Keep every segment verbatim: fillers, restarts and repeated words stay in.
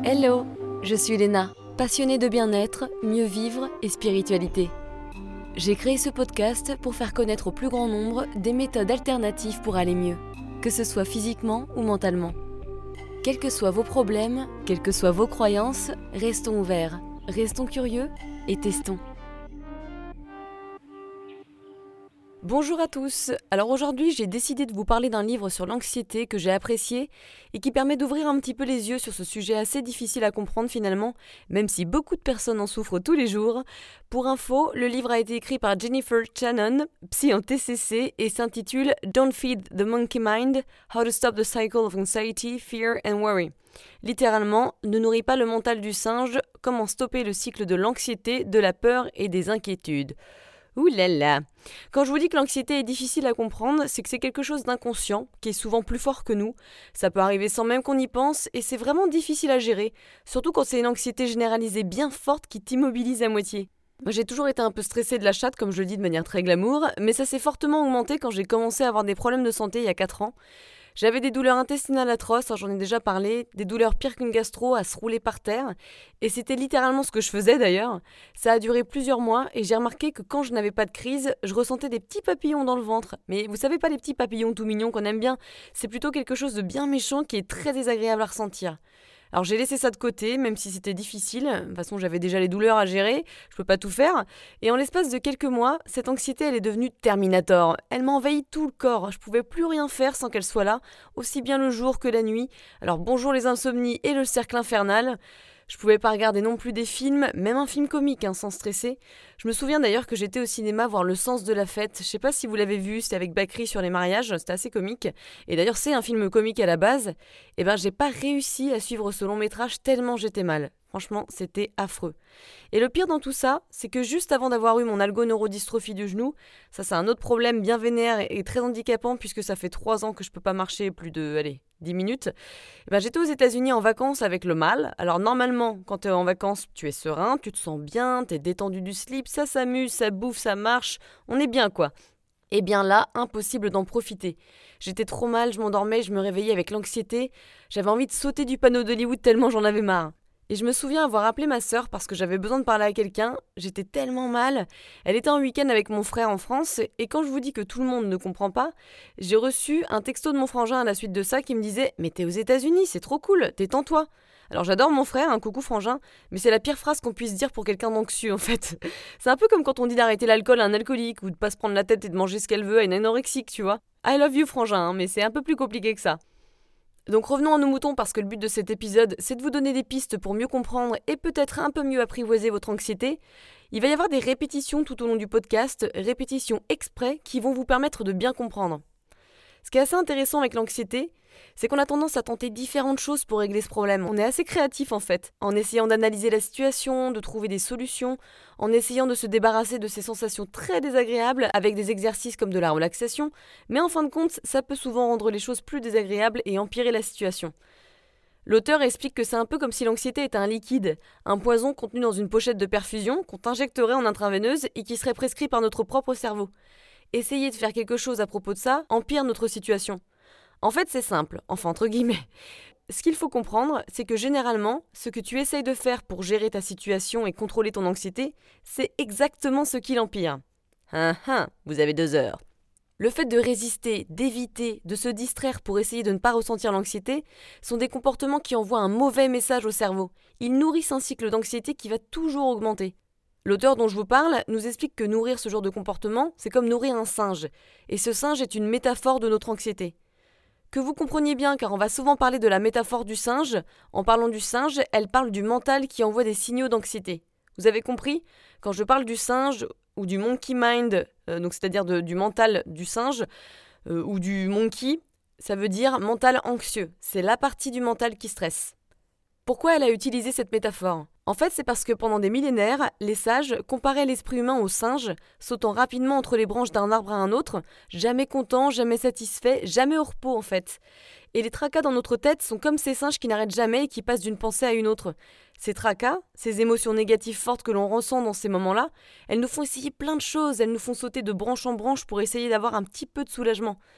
Hello, je suis Léna, passionnée de bien-être, mieux vivre et spiritualité. J'ai créé ce podcast pour faire connaître au plus grand nombre des méthodes alternatives pour aller mieux, que ce soit physiquement ou mentalement. Quels que soient vos problèmes, quelles que soient vos croyances, restons ouverts, restons curieux et testons. Bonjour à tous. Alors aujourd'hui, j'ai décidé de vous parler d'un livre sur l'anxiété que j'ai apprécié et qui permet d'ouvrir un petit peu les yeux sur ce sujet assez difficile à comprendre finalement, même si beaucoup de personnes en souffrent tous les jours. Pour info, le livre a été écrit par Jennifer Shannon, psy en T C C, et s'intitule Don't Feed the Monkey Mind, How to Stop the Cycle of Anxiety, Fear and Worry. Littéralement, ne nourris pas le mental du singe, comment stopper le cycle de l'anxiété, de la peur et des inquiétudes. Ouh là là. Quand je vous dis que l'anxiété est difficile à comprendre, c'est que c'est quelque chose d'inconscient, qui est souvent plus fort que nous. Ça peut arriver sans même qu'on y pense, et c'est vraiment difficile à gérer, surtout quand c'est une anxiété généralisée bien forte qui t'immobilise à moitié. Moi j'ai toujours été un peu stressée de la chatte, comme je le dis de manière très glamour, mais ça s'est fortement augmenté quand j'ai commencé à avoir des problèmes de santé il y a quatre ans. J'avais des douleurs intestinales atroces, hein, j'en ai déjà parlé, des douleurs pires qu'une gastro à se rouler par terre, et c'était littéralement ce que je faisais d'ailleurs. Ça a duré plusieurs mois et j'ai remarqué que quand je n'avais pas de crise, je ressentais des petits papillons dans le ventre. Mais vous savez pas les petits papillons tout mignons qu'on aime bien, c'est plutôt quelque chose de bien méchant qui est très désagréable à ressentir. Alors j'ai laissé ça de côté, même si c'était difficile. De toute façon, j'avais déjà les douleurs à gérer, je peux pas tout faire. Et en l'espace de quelques mois, cette anxiété, elle est devenue Terminator. Elle m'a envahi tout le corps, je pouvais plus rien faire sans qu'elle soit là, aussi bien le jour que la nuit. Alors bonjour les insomnies et le cercle infernal. Je pouvais pas regarder non plus des films, même un film comique, hein, sans stresser. Je me souviens d'ailleurs que j'étais au cinéma voir Le Sens de la fête. Je sais pas si vous l'avez vu, c'était avec Bakri sur les mariages, c'était assez comique. Et d'ailleurs c'est un film comique à la base. Et ben j'ai pas réussi à suivre ce long métrage tellement j'étais mal. Franchement, c'était affreux. Et le pire dans tout ça, c'est que juste avant d'avoir eu mon algoneurodystrophie du genou, ça c'est un autre problème bien vénère et très handicapant puisque ça fait trois ans que je peux pas marcher plus de, allez, dix minutes, et ben j'étais aux États-Unis en vacances avec le mal. Alors normalement, quand tu es en vacances, tu es serein, tu te sens bien, tu es détendu du slip, ça s'amuse, ça bouffe, ça marche, on est bien quoi. Et bien là, impossible d'en profiter. J'étais trop mal, je m'endormais, je me réveillais avec l'anxiété, j'avais envie de sauter du panneau d'Hollywood tellement j'en avais marre. Et je me souviens avoir appelé ma sœur parce que j'avais besoin de parler à quelqu'un, j'étais tellement mal. Elle était en week-end avec mon frère en France, et quand je vous dis que tout le monde ne comprend pas, j'ai reçu un texto de mon frangin à la suite de ça qui me disait « Mais t'es aux États-Unis, c'est trop cool, détends-toi !» Alors j'adore mon frère, un coucou frangin, mais c'est la pire phrase qu'on puisse dire pour quelqu'un d'anxieux en fait. C'est un peu comme quand on dit d'arrêter l'alcool à un alcoolique ou de pas se prendre la tête et de manger ce qu'elle veut à une anorexique, tu vois. I love you frangin, hein, mais c'est un peu plus compliqué que ça. Donc revenons à nos moutons parce que le but de cet épisode, c'est de vous donner des pistes pour mieux comprendre et peut-être un peu mieux apprivoiser votre anxiété. Il va y avoir des répétitions tout au long du podcast, répétitions exprès qui vont vous permettre de bien comprendre. Ce qui est assez intéressant avec l'anxiété, c'est qu'on a tendance à tenter différentes choses pour régler ce problème. On est assez créatif en fait, en essayant d'analyser la situation, de trouver des solutions, en essayant de se débarrasser de ces sensations très désagréables avec des exercices comme de la relaxation, mais en fin de compte, ça peut souvent rendre les choses plus désagréables et empirer la situation. L'auteur explique que c'est un peu comme si l'anxiété était un liquide, un poison contenu dans une pochette de perfusion qu'on injecterait en intraveineuse et qui serait prescrit par notre propre cerveau. Essayer de faire quelque chose à propos de ça empire notre situation. En fait, c'est simple, enfin entre guillemets. Ce qu'il faut comprendre, c'est que généralement, ce que tu essayes de faire pour gérer ta situation et contrôler ton anxiété, c'est exactement ce qui l'empire. Hein, hein, vous avez deux heures. Le fait de résister, d'éviter, de se distraire pour essayer de ne pas ressentir l'anxiété sont des comportements qui envoient un mauvais message au cerveau. Ils nourrissent un cycle d'anxiété qui va toujours augmenter. L'auteur dont je vous parle nous explique que nourrir ce genre de comportement, c'est comme nourrir un singe. Et ce singe est une métaphore de notre anxiété. Que vous compreniez bien, car on va souvent parler de la métaphore du singe. En parlant du singe, elle parle du mental qui envoie des signaux d'anxiété. Vous avez compris ? Quand je parle du singe ou du monkey mind, euh, donc c'est-à-dire de, du mental du singe, euh, ou du monkey, ça veut dire mental anxieux. C'est la partie du mental qui stresse. Pourquoi elle a utilisé cette métaphore ? En fait, c'est parce que pendant des millénaires, les sages comparaient l'esprit humain au singe, sautant rapidement entre les branches d'un arbre à un autre, jamais content, jamais satisfait, jamais au repos en fait. Et les tracas dans notre tête sont comme ces singes qui n'arrêtent jamais et qui passent d'une pensée à une autre. Ces tracas, ces émotions négatives fortes que l'on ressent dans ces moments-là, elles nous font essayer plein de choses, elles nous font sauter de branche en branche pour essayer d'avoir un petit peu de soulagement.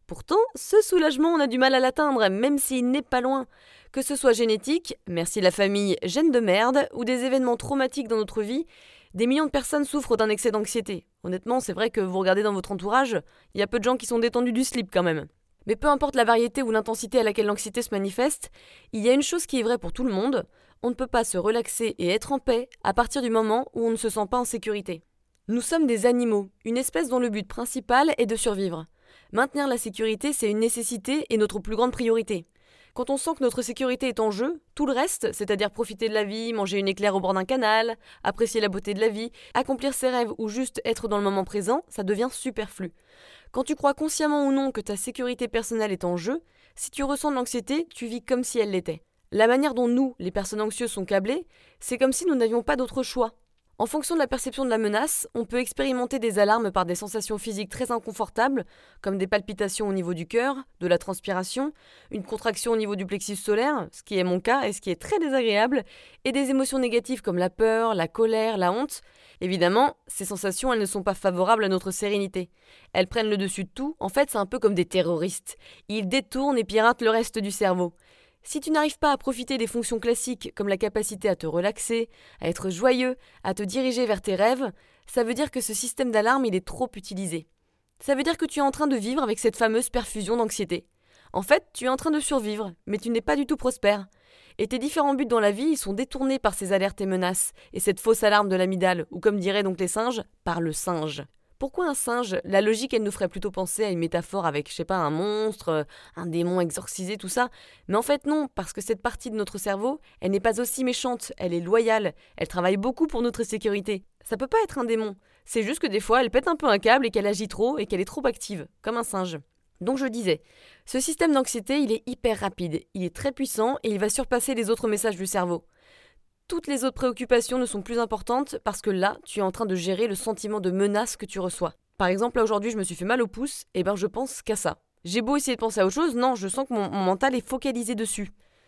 Pourtant, ce soulagement, on a du mal à l'atteindre, même s'il n'est pas loin. Que ce soit génétique, merci la famille gène de merde, ou des événements traumatiques dans notre vie, des millions de personnes souffrent d'un excès d'anxiété. Honnêtement, c'est vrai que vous regardez dans votre entourage, il y a peu de gens qui sont détendus du slip quand même. Mais peu importe la variété ou l'intensité à laquelle l'anxiété se manifeste, il y a une chose qui est vraie pour tout le monde, on ne peut pas se relaxer et être en paix à partir du moment où on ne se sent pas en sécurité. Nous sommes des animaux, une espèce dont le but principal est de survivre. Maintenir la sécurité, c'est une nécessité et notre plus grande priorité. Quand on sent que notre sécurité est en jeu, tout le reste, c'est-à-dire profiter de la vie, manger une éclair au bord d'un canal, apprécier la beauté de la vie, accomplir ses rêves ou juste être dans le moment présent, ça devient superflu. Quand tu crois consciemment ou non que ta sécurité personnelle est en jeu, si tu ressens de l'anxiété, tu vis comme si elle l'était. La manière dont nous, les personnes anxieuses, sont câblées, c'est comme si nous n'avions pas d'autre choix. En fonction de la perception de la menace, on peut expérimenter des alarmes par des sensations physiques très inconfortables, comme des palpitations au niveau du cœur, de la transpiration, une contraction au niveau du plexus solaire, ce qui est mon cas et ce qui est très désagréable, et des émotions négatives comme la peur, la colère, la honte. Évidemment, ces sensations, elles ne sont pas favorables à notre sérénité. Elles prennent le dessus de tout, en fait c'est un peu comme des terroristes. Ils détournent et piratent le reste du cerveau. Si tu n'arrives pas à profiter des fonctions classiques comme la capacité à te relaxer, à être joyeux, à te diriger vers tes rêves, ça veut dire que ce système d'alarme il est trop utilisé. Ça veut dire que tu es en train de vivre avec cette fameuse perfusion d'anxiété. En fait, tu es en train de survivre, mais tu n'es pas du tout prospère. Et tes différents buts dans la vie, ils sont détournés par ces alertes et menaces, et cette fausse alarme de l'amygdale, ou comme diraient donc les singes, par le singe. Pourquoi un singe? La logique, elle nous ferait plutôt penser à une métaphore avec, je sais pas, un monstre, un démon exorcisé, tout ça. Mais en fait non, parce que cette partie de notre cerveau, elle n'est pas aussi méchante, elle est loyale, elle travaille beaucoup pour notre sécurité. Ça peut pas être un démon, c'est juste que des fois, elle pète un peu un câble et qu'elle agit trop et qu'elle est trop active, comme un singe. Donc je disais, ce système d'anxiété, il est hyper rapide, il est très puissant et il va surpasser les autres messages du cerveau. Toutes les autres préoccupations ne sont plus importantes parce que là, tu es en train de gérer le sentiment de menace que tu reçois. Par exemple, là aujourd'hui, je me suis fait mal au pouce, et ben je pense qu'à ça. J'ai beau essayer de penser à autre chose, non, je sens que mon, mon mental est focalisé dessus.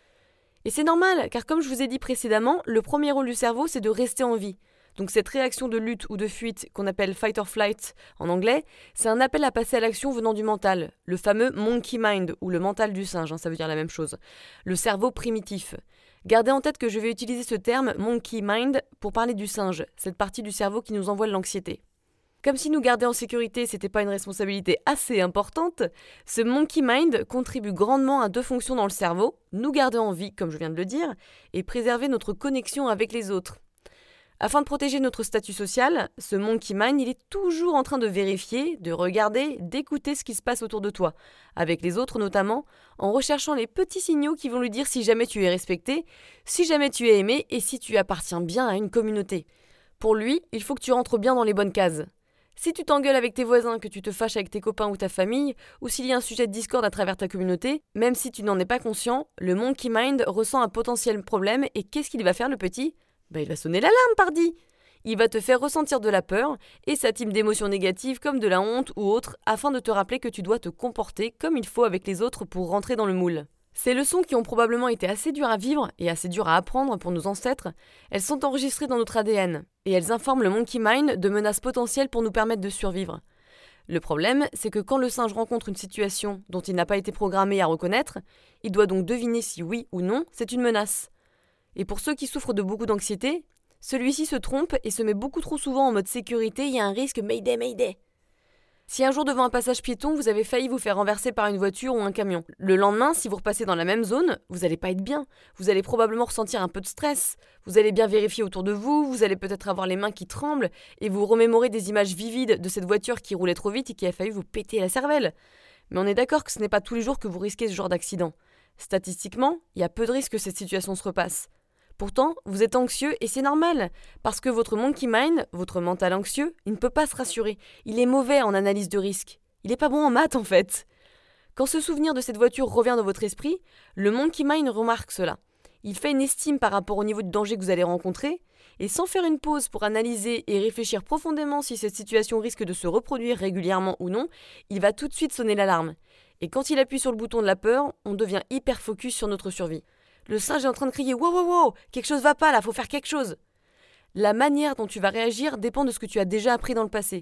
Et c'est normal, car comme je vous ai dit précédemment, le premier rôle du cerveau, c'est de rester en vie. Donc cette réaction de lutte ou de fuite qu'on appelle fight or flight en anglais, c'est un appel à passer à l'action venant du mental, le fameux monkey mind ou le mental du singe, hein, ça veut dire la même chose, le cerveau primitif. Gardez en tête que je vais utiliser ce terme monkey mind pour parler du singe, cette partie du cerveau qui nous envoie de l'anxiété. Comme si nous garder en sécurité, c'était pas une responsabilité assez importante, ce monkey mind contribue grandement à deux fonctions dans le cerveau, nous garder en vie, comme je viens de le dire, et préserver notre connexion avec les autres. Afin de protéger notre statut social, ce monkey mind, il est toujours en train de vérifier, de regarder, d'écouter ce qui se passe autour de toi, avec les autres notamment, en recherchant les petits signaux qui vont lui dire si jamais tu es respecté, si jamais tu es aimé et si tu appartiens bien à une communauté. Pour lui, il faut que tu rentres bien dans les bonnes cases. Si tu t'engueules avec tes voisins, que tu te fâches avec tes copains ou ta famille, ou s'il y a un sujet de discorde à travers ta communauté, même si tu n'en es pas conscient, le monkey mind ressent un potentiel problème et qu'est-ce qu'il va faire le petit ? Bah, il va sonner l'alarme, pardi. Il va te faire ressentir de la peur et sa team d'émotions négatives comme de la honte ou autre afin de te rappeler que tu dois te comporter comme il faut avec les autres pour rentrer dans le moule. Ces leçons qui ont probablement été assez dures à vivre et assez dures à apprendre pour nos ancêtres, elles sont enregistrées dans notre A D N et elles informent le monkey mind de menaces potentielles pour nous permettre de survivre. Le problème, c'est que quand le singe rencontre une situation dont il n'a pas été programmé à reconnaître, il doit donc deviner si oui ou non c'est une menace. Et pour ceux qui souffrent de beaucoup d'anxiété, celui-ci se trompe et se met beaucoup trop souvent en mode sécurité, il y a un risque Mayday, Mayday. Si un jour devant un passage piéton, vous avez failli vous faire renverser par une voiture ou un camion, le lendemain, si vous repassez dans la même zone, vous n'allez pas être bien. Vous allez probablement ressentir un peu de stress. Vous allez bien vérifier autour de vous, vous allez peut-être avoir les mains qui tremblent et vous remémorer des images vivides de cette voiture qui roulait trop vite et qui a failli vous péter la cervelle. Mais on est d'accord que ce n'est pas tous les jours que vous risquez ce genre d'accident. Statistiquement, il y a peu de risques que cette situation se repasse. Pourtant, vous êtes anxieux et c'est normal, parce que votre monkey mind, votre mental anxieux, il ne peut pas se rassurer. Il est mauvais en analyse de risque. Il n'est pas bon en maths en fait. Quand ce souvenir de cette voiture revient dans votre esprit, le monkey mind remarque cela. Il fait une estime par rapport au niveau de danger que vous allez rencontrer, et sans faire une pause pour analyser et réfléchir profondément si cette situation risque de se reproduire régulièrement ou non, il va tout de suite sonner l'alarme. Et quand il appuie sur le bouton de la peur, on devient hyper focus sur notre survie. Le singe est en train de crier « Wow, wow, wow, quelque chose va pas là, faut faire quelque chose !» La manière dont tu vas réagir dépend de ce que tu as déjà appris dans le passé.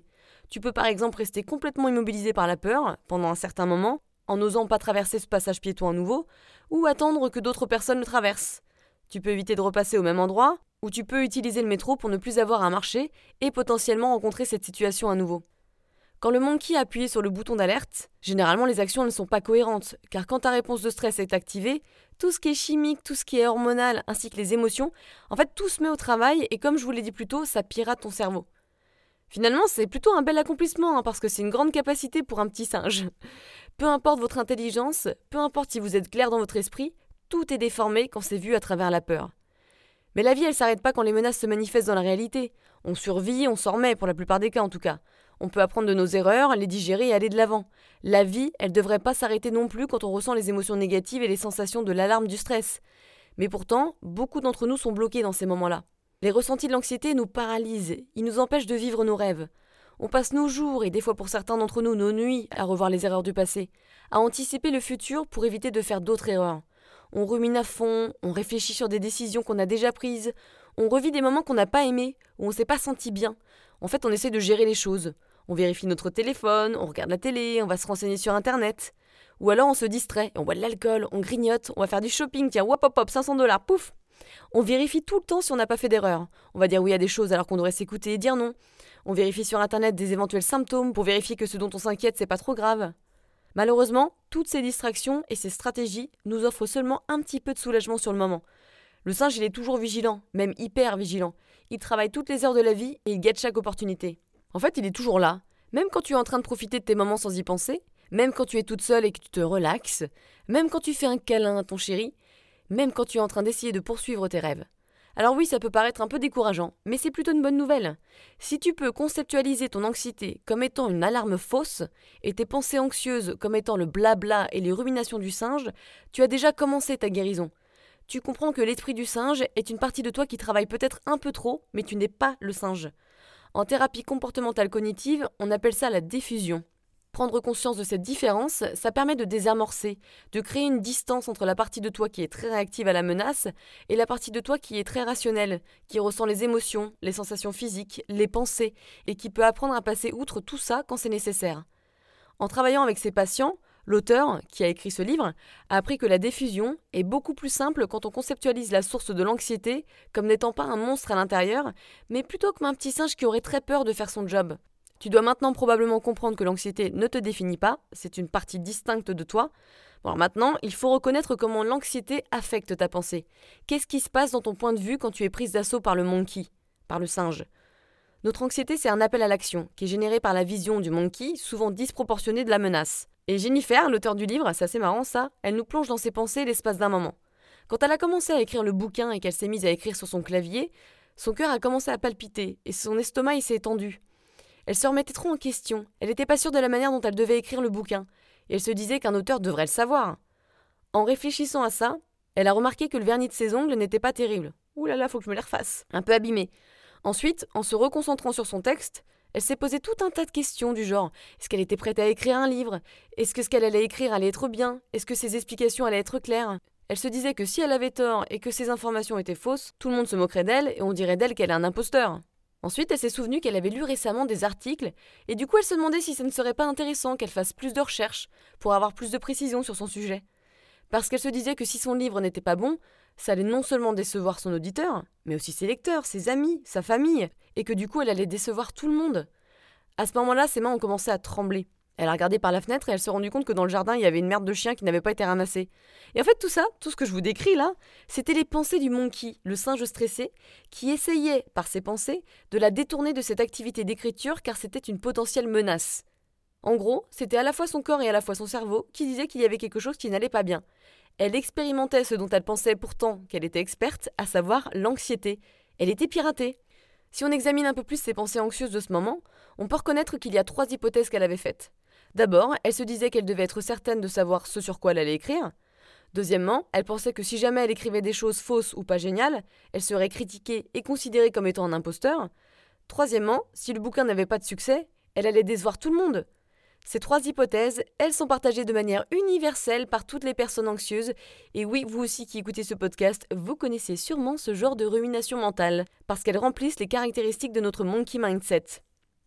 Tu peux par exemple rester complètement immobilisé par la peur pendant un certain moment, en n'osant pas traverser ce passage piéton à nouveau, ou attendre que d'autres personnes le traversent. Tu peux éviter de repasser au même endroit, ou tu peux utiliser le métro pour ne plus avoir à marcher et potentiellement rencontrer cette situation à nouveau. Quand le monkey a appuyé sur le bouton d'alerte, généralement les actions ne sont pas cohérentes, car quand ta réponse de stress est activée, tout ce qui est chimique, tout ce qui est hormonal, ainsi que les émotions, en fait tout se met au travail et comme je vous l'ai dit plus tôt, ça pirate ton cerveau. Finalement, c'est plutôt un bel accomplissement, hein, parce que c'est une grande capacité pour un petit singe. Peu importe votre intelligence, peu importe si vous êtes clair dans votre esprit, tout est déformé quand c'est vu à travers la peur. Mais la vie, elle s'arrête pas quand les menaces se manifestent dans la réalité. On survit, on s'en remet, pour la plupart des cas en tout cas. On peut apprendre de nos erreurs, les digérer et aller de l'avant. La vie, elle devrait pas s'arrêter non plus quand on ressent les émotions négatives et les sensations de l'alarme du stress. Mais pourtant, beaucoup d'entre nous sont bloqués dans ces moments-là. Les ressentis de l'anxiété nous paralysent, ils nous empêchent de vivre nos rêves. On passe nos jours, et des fois pour certains d'entre nous nos nuits, à revoir les erreurs du passé, à anticiper le futur pour éviter de faire d'autres erreurs. On rumine à fond, on réfléchit sur des décisions qu'on a déjà prises, on revit des moments qu'on n'a pas aimés, où on ne s'est pas senti bien. En fait, on essaie de gérer les choses. On vérifie notre téléphone, on regarde la télé, on va se renseigner sur Internet. Ou alors on se distrait, on boit de l'alcool, on grignote, on va faire du shopping, tiens, hop hop hop, cinq cents dollars, pouf. On vérifie tout le temps si on n'a pas fait d'erreur. On va dire oui à des choses alors qu'on devrait s'écouter et dire non. On vérifie sur Internet des éventuels symptômes pour vérifier que ce dont on s'inquiète, c'est pas trop grave. Malheureusement, toutes ces distractions et ces stratégies nous offrent seulement un petit peu de soulagement sur le moment. Le singe, il est toujours vigilant, même hyper vigilant. Il travaille toutes les heures de la vie et il guette chaque opportunité. En fait, il est toujours là, même quand tu es en train de profiter de tes moments sans y penser, même quand tu es toute seule et que tu te relaxes, même quand tu fais un câlin à ton chéri, même quand tu es en train d'essayer de poursuivre tes rêves. Alors oui, ça peut paraître un peu décourageant, mais c'est plutôt une bonne nouvelle. Si tu peux conceptualiser ton anxiété comme étant une alarme fausse et tes pensées anxieuses comme étant le blabla et les ruminations du singe, tu as déjà commencé ta guérison. Tu comprends que l'esprit du singe est une partie de toi qui travaille peut-être un peu trop, mais tu n'es pas le singe. En thérapie comportementale cognitive, on appelle ça la diffusion. Prendre conscience de cette différence, ça permet de désamorcer, de créer une distance entre la partie de toi qui est très réactive à la menace et la partie de toi qui est très rationnelle, qui ressent les émotions, les sensations physiques, les pensées, et qui peut apprendre à passer outre tout ça quand c'est nécessaire. En travaillant avec ses patients, l'auteur, qui a écrit ce livre, a appris que la diffusion est beaucoup plus simple quand on conceptualise la source de l'anxiété comme n'étant pas un monstre à l'intérieur, mais plutôt comme un petit singe qui aurait très peur de faire son job. Tu dois maintenant probablement comprendre que l'anxiété ne te définit pas, c'est une partie distincte de toi. Bon, alors maintenant, il faut reconnaître comment l'anxiété affecte ta pensée. Qu'est-ce qui se passe dans ton point de vue quand tu es prise d'assaut par le monkey, par le singe ? Notre anxiété, c'est un appel à l'action, qui est généré par la vision du monkey, souvent disproportionnée de la menace. Et Jennifer, l'auteur du livre, c'est assez marrant ça, elle nous plonge dans ses pensées l'espace d'un moment. Quand elle a commencé à écrire le bouquin et qu'elle s'est mise à écrire sur son clavier, son cœur a commencé à palpiter et son estomac il s'est étendu. Elle se remettait trop en question, elle n'était pas sûre de la manière dont elle devait écrire le bouquin, et elle se disait qu'un auteur devrait le savoir. En réfléchissant à ça, elle a remarqué que le vernis de ses ongles n'était pas terrible. Ouh là là, faut que je me les refasse. Un peu abîmé. Ensuite, en se reconcentrant sur son texte, elle s'est posé tout un tas de questions du genre « Est-ce qu'elle était prête à écrire un livre ? Est-ce que ce qu'elle allait écrire allait être bien ? Est-ce que ses explications allaient être claires ?» Elle se disait que si elle avait tort et que ses informations étaient fausses, tout le monde se moquerait d'elle et on dirait d'elle qu'elle est un imposteur. Ensuite, elle s'est souvenue qu'elle avait lu récemment des articles et du coup elle se demandait si ça ne serait pas intéressant qu'elle fasse plus de recherches pour avoir plus de précisions sur son sujet. Parce qu'elle se disait que si son livre n'était pas bon, ça allait non seulement décevoir son auditeur, mais aussi ses lecteurs, ses amis, sa famille, et que du coup elle allait décevoir tout le monde. À ce moment-là, ses mains ont commencé à trembler. Elle a regardé par la fenêtre et elle s'est rendue compte que dans le jardin, il y avait une merde de chien qui n'avait pas été ramassée. Et en fait, tout ça, tout ce que je vous décris là, c'était les pensées du monkey, le singe stressé, qui essayait, par ses pensées, de la détourner de cette activité d'écriture car c'était une potentielle menace. En gros, c'était à la fois son corps et à la fois son cerveau qui disaient qu'il y avait quelque chose qui n'allait pas bien. Elle expérimentait ce dont elle pensait pourtant qu'elle était experte, à savoir l'anxiété. Elle était piratée. Si on examine un peu plus ses pensées anxieuses de ce moment, on peut reconnaître qu'il y a trois hypothèses qu'elle avait faites. D'abord, elle se disait qu'elle devait être certaine de savoir ce sur quoi elle allait écrire. Deuxièmement, elle pensait que si jamais elle écrivait des choses fausses ou pas géniales, elle serait critiquée et considérée comme étant un imposteur. Troisièmement, si le bouquin n'avait pas de succès, elle allait décevoir tout le monde. Ces trois hypothèses, elles sont partagées de manière universelle par toutes les personnes anxieuses. Et oui, vous aussi qui écoutez ce podcast, vous connaissez sûrement ce genre de rumination mentale, parce qu'elles remplissent les caractéristiques de notre monkey mindset.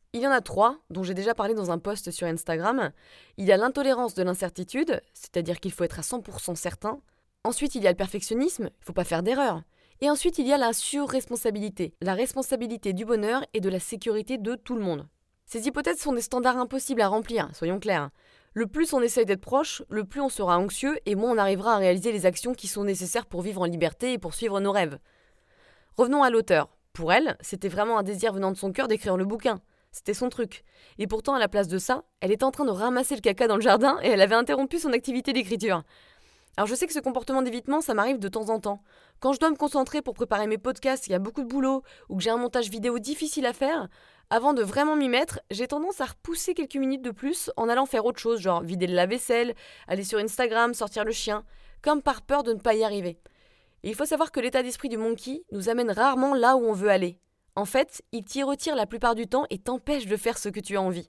Il y en a trois, dont j'ai déjà parlé dans un post sur Instagram. Il y a l'intolérance de l'incertitude, c'est-à-dire qu'il faut être à cent pour cent certain. Ensuite, il y a le perfectionnisme, il ne faut pas faire d'erreur. Et ensuite, il y a la surresponsabilité, la responsabilité du bonheur et de la sécurité de tout le monde. Ces hypothèses sont des standards impossibles à remplir, soyons clairs. Le plus on essaye d'être proche, le plus on sera anxieux et moins on arrivera à réaliser les actions qui sont nécessaires pour vivre en liberté et pour suivre nos rêves. Revenons à l'auteur. Pour elle, c'était vraiment un désir venant de son cœur d'écrire le bouquin. C'était son truc. Et pourtant, à la place de ça, elle était en train de ramasser le caca dans le jardin et elle avait interrompu son activité d'écriture. Alors je sais que ce comportement d'évitement, ça m'arrive de temps en temps. Quand je dois me concentrer pour préparer mes podcasts, il y a beaucoup de boulot, ou que j'ai un montage vidéo difficile à faire, avant de vraiment m'y mettre, j'ai tendance à repousser quelques minutes de plus en allant faire autre chose, genre vider le lave-vaisselle, aller sur Instagram, sortir le chien, comme par peur de ne pas y arriver. Et il faut savoir que l'état d'esprit du monkey nous amène rarement là où on veut aller. En fait, il t'y retire la plupart du temps et t'empêche de faire ce que tu as envie.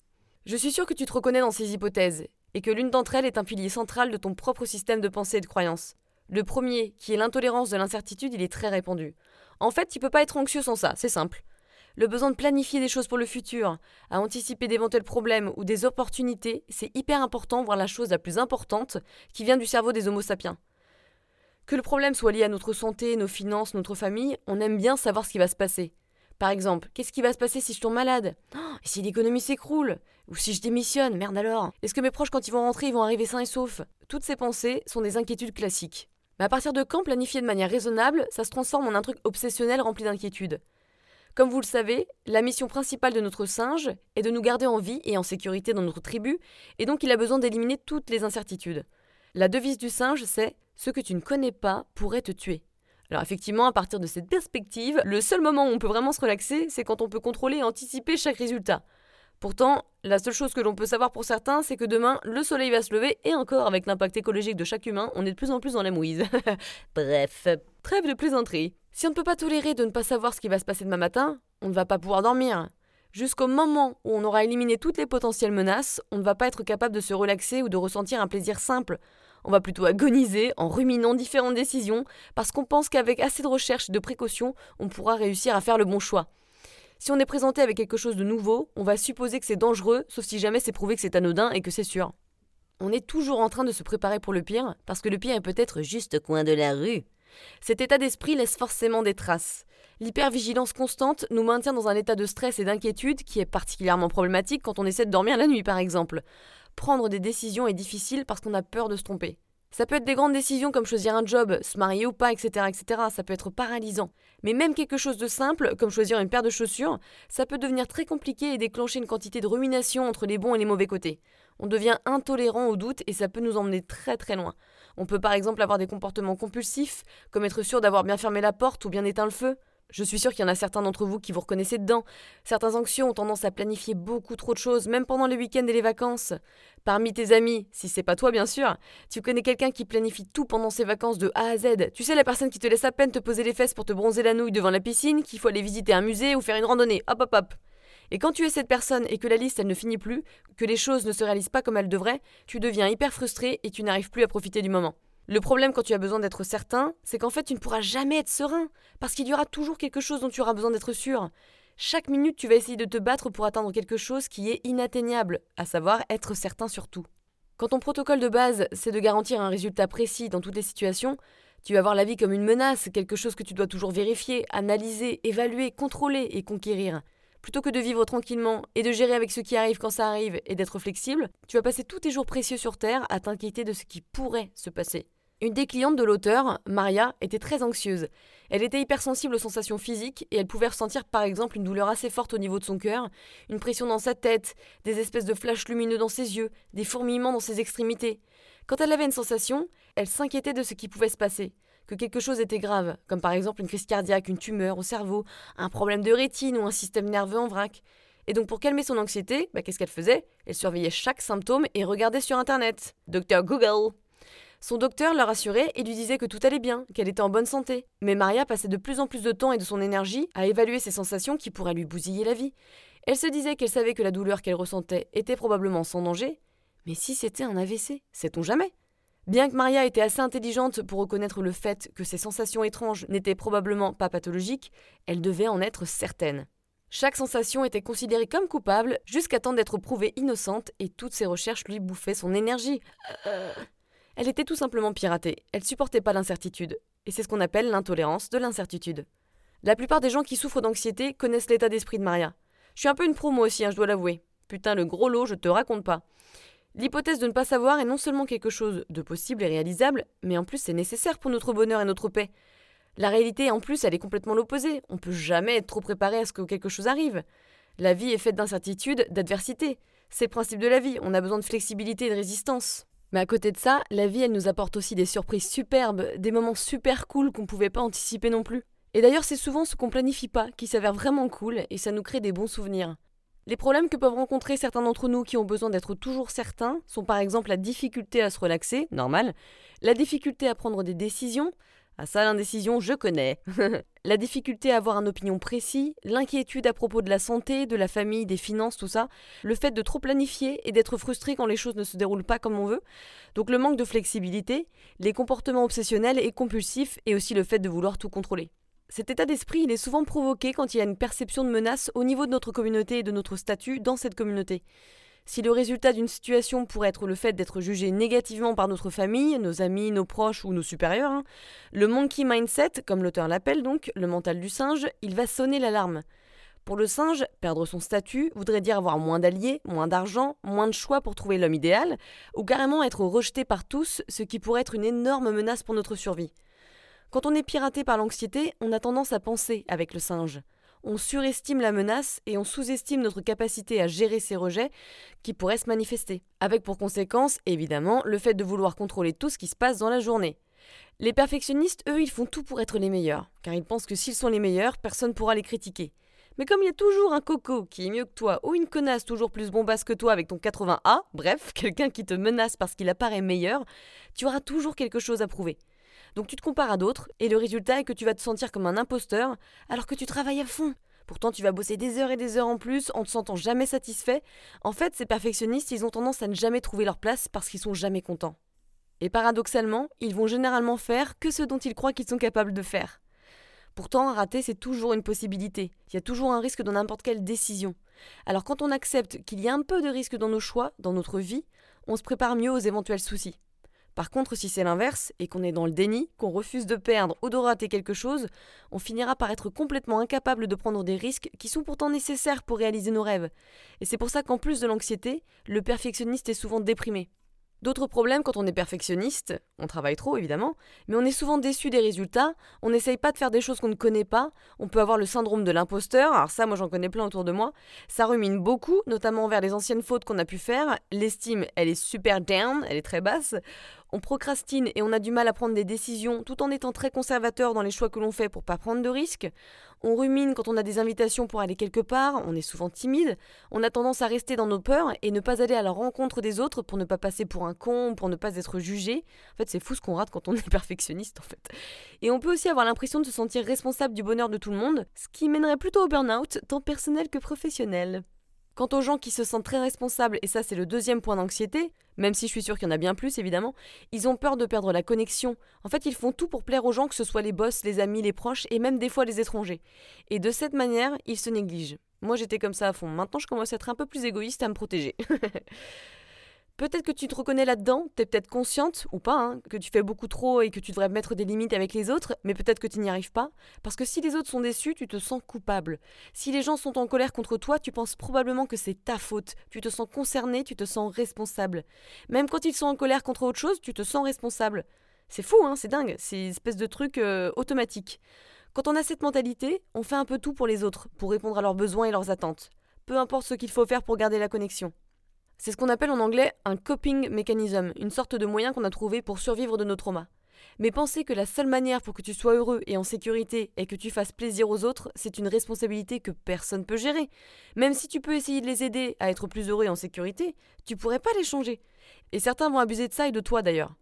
Je suis sûre que tu te reconnais dans ces hypothèses, et que l'une d'entre elles est un pilier central de ton propre système de pensée et de croyance. Le premier, qui est l'intolérance de l'incertitude, il est très répandu. En fait, tu peux pas être anxieux sans ça, c'est simple. Le besoin de planifier des choses pour le futur, à anticiper d'éventuels problèmes ou des opportunités, c'est hyper important, voire la chose la plus importante, qui vient du cerveau des Homo sapiens. Que le problème soit lié à notre santé, nos finances, notre famille, on aime bien savoir ce qui va se passer. Par exemple, qu'est-ce qui va se passer si je tombe malade ? Oh, et si l'économie s'écroule ? Ou si je démissionne, merde alors ? Est-ce que mes proches, quand ils vont rentrer, ils vont arriver sains et saufs ? Toutes ces pensées sont des inquiétudes classiques. Mais à partir de quand planifier de manière raisonnable, ça se transforme en un truc obsessionnel rempli d'inquiétudes ? Comme vous le savez, la mission principale de notre singe est de nous garder en vie et en sécurité dans notre tribu, et donc il a besoin d'éliminer toutes les incertitudes. La devise du singe, c'est « ce que tu ne connais pas pourrait te tuer ». Alors effectivement, à partir de cette perspective, le seul moment où on peut vraiment se relaxer, c'est quand on peut contrôler et anticiper chaque résultat. Pourtant, la seule chose que l'on peut savoir pour certains, c'est que demain, le soleil va se lever, et encore, avec l'impact écologique de chaque humain, on est de plus en plus dans la mouise. Bref, trêve de plaisanterie. Si on ne peut pas tolérer de ne pas savoir ce qui va se passer demain matin, on ne va pas pouvoir dormir. Jusqu'au moment où on aura éliminé toutes les potentielles menaces, on ne va pas être capable de se relaxer ou de ressentir un plaisir simple. On va plutôt agoniser en ruminant différentes décisions parce qu'on pense qu'avec assez de recherche et de précaution, on pourra réussir à faire le bon choix. Si on est présenté avec quelque chose de nouveau, on va supposer que c'est dangereux, sauf si jamais c'est prouvé que c'est anodin et que c'est sûr. On est toujours en train de se préparer pour le pire, parce que le pire est peut-être juste au coin de la rue. Cet état d'esprit laisse forcément des traces. L'hypervigilance constante nous maintient dans un état de stress et d'inquiétude qui est particulièrement problématique quand on essaie de dormir la nuit par exemple. Prendre des décisions est difficile parce qu'on a peur de se tromper. Ça peut être des grandes décisions comme choisir un job, se marier ou pas, et cetera, et cetera. Ça peut être paralysant. Mais même quelque chose de simple, comme choisir une paire de chaussures, ça peut devenir très compliqué et déclencher une quantité de rumination entre les bons et les mauvais côtés. On devient intolérant au doute et ça peut nous emmener très très loin. On peut par exemple avoir des comportements compulsifs, comme être sûr d'avoir bien fermé la porte ou bien éteint le feu. Je suis sûre qu'il y en a certains d'entre vous qui vous reconnaissez dedans. Certains anxieux ont tendance à planifier beaucoup trop de choses, même pendant les week-ends et les vacances. Parmi tes amis, si c'est pas toi bien sûr, tu connais quelqu'un qui planifie tout pendant ses vacances de A à Z. Tu sais, la personne qui te laisse à peine te poser les fesses pour te bronzer la nouille devant la piscine, qu'il faut aller visiter un musée ou faire une randonnée. Hop hop hop. Et quand tu es cette personne et que la liste elle ne finit plus, que les choses ne se réalisent pas comme elles devraient, tu deviens hyper frustré et tu n'arrives plus à profiter du moment. Le problème quand tu as besoin d'être certain, c'est qu'en fait tu ne pourras jamais être serein, parce qu'il y aura toujours quelque chose dont tu auras besoin d'être sûr. Chaque minute tu vas essayer de te battre pour atteindre quelque chose qui est inatteignable, à savoir être certain sur tout. Quand ton protocole de base c'est de garantir un résultat précis dans toutes les situations, tu vas voir la vie comme une menace, quelque chose que tu dois toujours vérifier, analyser, évaluer, contrôler et conquérir. Plutôt que de vivre tranquillement et de gérer avec ce qui arrive quand ça arrive et d'être flexible, tu vas passer tous tes jours précieux sur Terre à t'inquiéter de ce qui pourrait se passer. Une des clientes de l'auteur, Maria, était très anxieuse. Elle était hypersensible aux sensations physiques et elle pouvait ressentir par exemple une douleur assez forte au niveau de son cœur, une pression dans sa tête, des espèces de flashs lumineux dans ses yeux, des fourmillements dans ses extrémités. Quand elle avait une sensation, elle s'inquiétait de ce qui pouvait se passer, que quelque chose était grave, comme par exemple une crise cardiaque, une tumeur au cerveau, un problème de rétine ou un système nerveux en vrac. Et donc pour calmer son anxiété, bah, qu'est-ce qu'elle faisait ? Elle surveillait chaque symptôme et regardait sur internet. Docteur Google. Son docteur la rassurait et lui disait que tout allait bien, qu'elle était en bonne santé. Mais Maria passait de plus en plus de temps et de son énergie à évaluer ses sensations qui pourraient lui bousiller la vie. Elle se disait qu'elle savait que la douleur qu'elle ressentait était probablement sans danger, mais si c'était un A V C, sait-on jamais ? Bien que Maria était assez intelligente pour reconnaître le fait que ces sensations étranges n'étaient probablement pas pathologiques, elle devait en être certaine. Chaque sensation était considérée comme coupable jusqu'à temps d'être prouvée innocente et toutes ses recherches lui bouffaient son énergie. Euh, Elle était tout simplement piratée, elle supportait pas l'incertitude. Et c'est ce qu'on appelle l'intolérance de l'incertitude. La plupart des gens qui souffrent d'anxiété connaissent l'état d'esprit de Maria. Je suis un peu une promo aussi, hein, je dois l'avouer. Putain, le gros lot, je te raconte pas. L'hypothèse de ne pas savoir est non seulement quelque chose de possible et réalisable, mais en plus c'est nécessaire pour notre bonheur et notre paix. La réalité, en plus, elle est complètement l'opposé. On peut jamais être trop préparé à ce que quelque chose arrive. La vie est faite d'incertitudes, d'adversité. C'est le principe de la vie, on a besoin de flexibilité et de résistance. Mais à côté de ça, la vie, elle nous apporte aussi des surprises superbes, des moments super cool qu'on pouvait pas anticiper non plus. Et d'ailleurs, c'est souvent ce qu'on planifie pas qui s'avère vraiment cool et ça nous crée des bons souvenirs. Les problèmes que peuvent rencontrer certains d'entre nous qui ont besoin d'être toujours certains sont par exemple la difficulté à se relaxer, normal, la difficulté à prendre des décisions, ah ça l'indécision je connais, la difficulté à avoir une opinion précise, l'inquiétude à propos de la santé, de la famille, des finances, tout ça, le fait de trop planifier et d'être frustré quand les choses ne se déroulent pas comme on veut, donc le manque de flexibilité, les comportements obsessionnels et compulsifs et aussi le fait de vouloir tout contrôler. Cet état d'esprit, il est souvent provoqué quand il y a une perception de menace au niveau de notre communauté et de notre statut dans cette communauté. Si le résultat d'une situation pourrait être le fait d'être jugé négativement par notre famille, nos amis, nos proches ou nos supérieurs, hein, le monkey mindset, comme l'auteur l'appelle donc, le mental du singe, il va sonner l'alarme. Pour le singe, perdre son statut voudrait dire avoir moins d'alliés, moins d'argent, moins de choix pour trouver l'homme idéal, ou carrément être rejeté par tous, ce qui pourrait être une énorme menace pour notre survie. Quand on est piraté par l'anxiété, on a tendance à penser avec le singe. On surestime la menace et on sous-estime notre capacité à gérer ces rejets qui pourraient se manifester. Avec pour conséquence, évidemment, le fait de vouloir contrôler tout ce qui se passe dans la journée. Les perfectionnistes, eux, ils font tout pour être les meilleurs, car ils pensent que s'ils sont les meilleurs, personne ne pourra les critiquer. Mais comme il y a toujours un coco qui est mieux que toi, ou une connasse toujours plus bombasse que toi avec ton quatre-vingts A, bref, quelqu'un qui te menace parce qu'il apparaît meilleur, tu auras toujours quelque chose à prouver. Donc tu te compares à d'autres, et le résultat est que tu vas te sentir comme un imposteur, alors que tu travailles à fond. Pourtant, tu vas bosser des heures et des heures en plus, en te sentant jamais satisfait. En fait, ces perfectionnistes, ils ont tendance à ne jamais trouver leur place parce qu'ils sont jamais contents. Et paradoxalement, ils vont généralement faire que ce dont ils croient qu'ils sont capables de faire. Pourtant, rater, c'est toujours une possibilité. Il y a toujours un risque dans n'importe quelle décision. Alors quand on accepte qu'il y a un peu de risque dans nos choix, dans notre vie, on se prépare mieux aux éventuels soucis. Par contre, si c'est l'inverse, et qu'on est dans le déni, qu'on refuse de perdre ou de rater quelque chose, on finira par être complètement incapable de prendre des risques qui sont pourtant nécessaires pour réaliser nos rêves. Et c'est pour ça qu'en plus de l'anxiété, le perfectionniste est souvent déprimé. D'autres problèmes quand on est perfectionniste, on travaille trop évidemment, mais on est souvent déçu des résultats, on n'essaye pas de faire des choses qu'on ne connaît pas, on peut avoir le syndrome de l'imposteur, alors ça moi j'en connais plein autour de moi, ça rumine beaucoup, notamment vers les anciennes fautes qu'on a pu faire, l'estime elle est super down, elle est très basse, on procrastine et on a du mal à prendre des décisions tout en étant très conservateur dans les choix que l'on fait pour pas prendre de risques, on rumine quand on a des invitations pour aller quelque part, on est souvent timide, on a tendance à rester dans nos peurs et ne pas aller à la rencontre des autres pour ne pas passer pour un con, pour ne pas être jugé. En fait, c'est fou ce qu'on rate quand on est perfectionniste, en fait. Et on peut aussi avoir l'impression de se sentir responsable du bonheur de tout le monde, ce qui mènerait plutôt au burn-out, tant personnel que professionnel. Quant aux gens qui se sentent très responsables, et ça c'est le deuxième point d'anxiété, même si je suis sûre qu'il y en a bien plus évidemment, ils ont peur de perdre la connexion. En fait, ils font tout pour plaire aux gens, que ce soit les boss, les amis, les proches, et même des fois les étrangers. Et de cette manière, ils se négligent. Moi j'étais comme ça à fond, maintenant je commence à être un peu plus égoïste, à me protéger. Peut-être que tu te reconnais là-dedans, t'es peut-être consciente, ou pas, hein, que tu fais beaucoup trop et que tu devrais mettre des limites avec les autres, mais peut-être que tu n'y arrives pas, parce que si les autres sont déçus, tu te sens coupable. Si les gens sont en colère contre toi, tu penses probablement que c'est ta faute, tu te sens concerné, tu te sens responsable. Même quand ils sont en colère contre autre chose, tu te sens responsable. C'est fou, hein, c'est dingue, c'est une espèce de truc euh, automatique. Quand on a cette mentalité, on fait un peu tout pour les autres, pour répondre à leurs besoins et leurs attentes. Peu importe ce qu'il faut faire pour garder la connexion. C'est ce qu'on appelle en anglais un coping mechanism, une sorte de moyen qu'on a trouvé pour survivre de nos traumas. Mais penser que la seule manière pour que tu sois heureux et en sécurité et que tu fasses plaisir aux autres, c'est une responsabilité que personne ne peut gérer. Même si tu peux essayer de les aider à être plus heureux et en sécurité, tu pourrais pas les changer. Et certains vont abuser de ça et de toi d'ailleurs.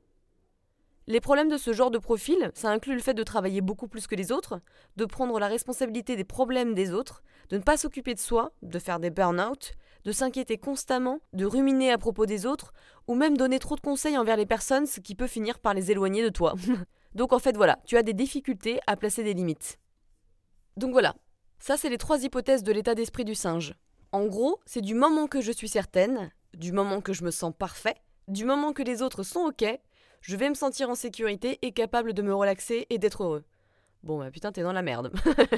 Les problèmes de ce genre de profil, ça inclut le fait de travailler beaucoup plus que les autres, de prendre la responsabilité des problèmes des autres, de ne pas s'occuper de soi, de faire des burn-out, de s'inquiéter constamment, de ruminer à propos des autres, ou même donner trop de conseils envers les personnes, ce qui peut finir par les éloigner de toi. Donc en fait voilà, tu as des difficultés à placer des limites. Donc voilà, Ça, c'est les trois hypothèses de l'état d'esprit du singe. En gros, c'est du moment que je suis certaine, du moment que je me sens parfait, du moment que les autres sont ok, je vais me sentir en sécurité et capable de me relaxer et d'être heureux. Bon bah putain, t'es dans la merde.